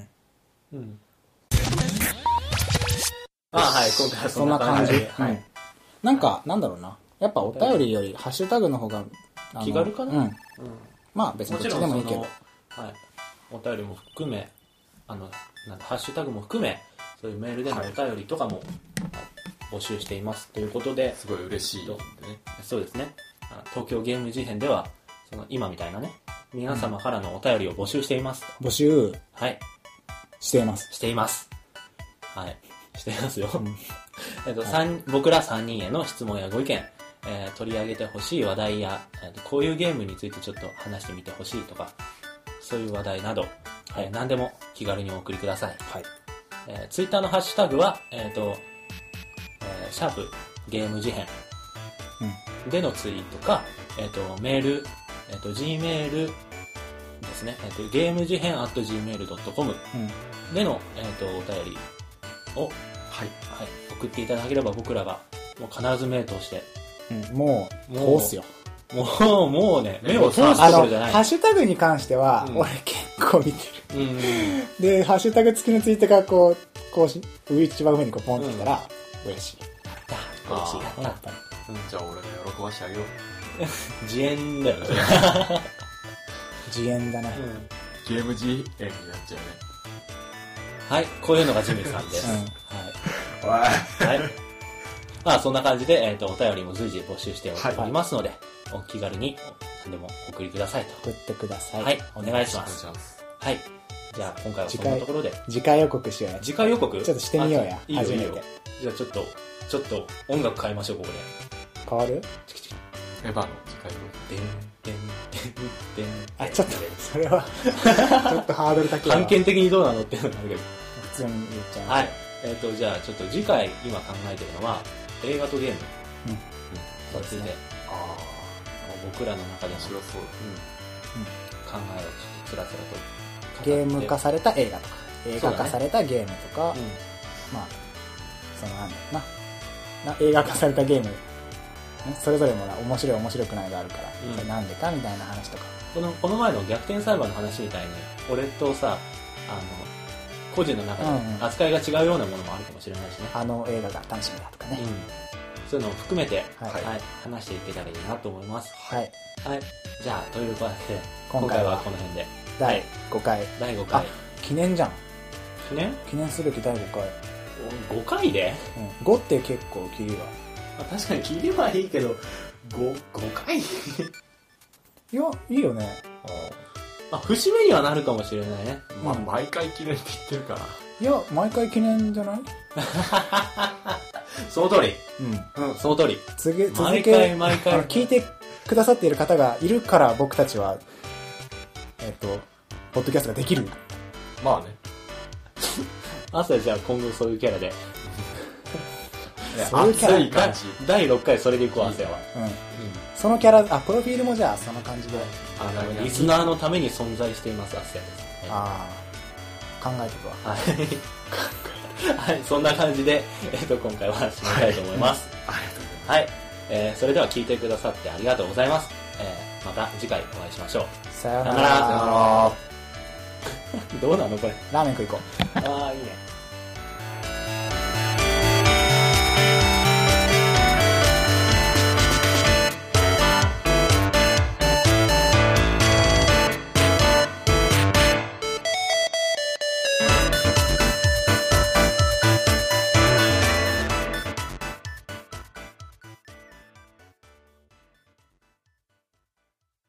はい、今回はそんな感じ。 なんか、なんだろうな。やっぱお便りよりハッシュタグの方が気軽かな。 まあ別にどっちでもいいけど。 お便りも含め、ハッシュタグも含め、そういうメールでのお便りとかも募集していますということで、 すごい嬉しいね。 そうですね。東京ゲーム事変では、今みたいなね、皆様からのお便りを募集しています。 募集。 はい。 しています。 しています。はい。 してますよ。僕ら3人への質問やご意見、取り上げてほしい話題や、こういうゲームについてちょっと話してみてほしいとか、そういう話題など、何でも気軽にお送りください。 はい。 ツイッターのハッシュタグは、シャープゲーム事変でのツイートか、メール、Gmail ですね、ゲーム事変 @gmail.com での、お便りを、送っていただければ僕らがもう必ず目を通して、 もう通すよ。 もうね、目を通すところじゃない。 ハッシュタグに関しては、俺結構見てる。で、ハッシュタグ付きのツイートが一番上にポンってきたら、嬉しい。 嬉しい。 やっぱり。 じゃあ俺が喜ばしてあげよう。 自演だよね。 自演だな。 ゲーム自演になっちゃうね。 はい、こういうのがジミーさんです。はい。そんな感じで、お便りも随時募集しておりますので、お気軽に何でもお送りくださいと。 送ってください。 はい、お願いします。はい。じゃあ今回はそんなところで。 次回予告しようや。 次回予告ちょっとしてみようや。初めて。 じゃあちょっと音楽変えましょう、ここで。 変わる？ エヴァの次回予告。ちょっと、それは、ちょっとハードル高い。 判権的にどうなのっていうのがあるけど。 普通に言っちゃう。 はい。じゃあちょっと次回今考えてるのは、映画とゲーム。 そうですね。 僕らの中での面白そう。 考えをちょっとつらつらと。 ゲーム化された映画とか、映画化されたゲームとか、まあ、なんだろうな。映画化されたゲーム、それぞれも面白い面白くないがあるから、それなんでかみたいな話とか。 この前の逆転裁判の話みたいに、俺とさ、個人の中で扱いが違うようなものもあるかもしれないしね。 あの映画が楽しみだとかね。 そういうのを含めて、話していけたらいいなと思います。 はい。 はい。じゃあ、ということで、今回はこの辺で。 第5回。 第5回。 記念じゃん。 記念すべき第5回。 5回で 5って結構切りは。 確かに切りはいいけど、5回いや、いいよね。 節目にはなるかもしれないね。 毎回記念って言ってるから。 いや、毎回記念じゃない？ その通り。その通り。 続け、 毎回。 聞いてくださっている方がいるから僕たちは、ポッドキャストができる。 まあね。 朝じゃあ今後そういうキャラで。 そういうキャラ。 熱い感じ。 第6回それでいこう、汗は。 そのキャラ、プロフィールもじゃあその感じで。 リスナーのために存在しています、汗です。 考えてくわ。 はい、そんな感じで、今回は締めたいと思います。はい。それでは聞いてくださってありがとうございます。また次回お会いしましょう。 さよなら。 さよなら。どうなのこれ。 ラーメン食いこう。 いいね。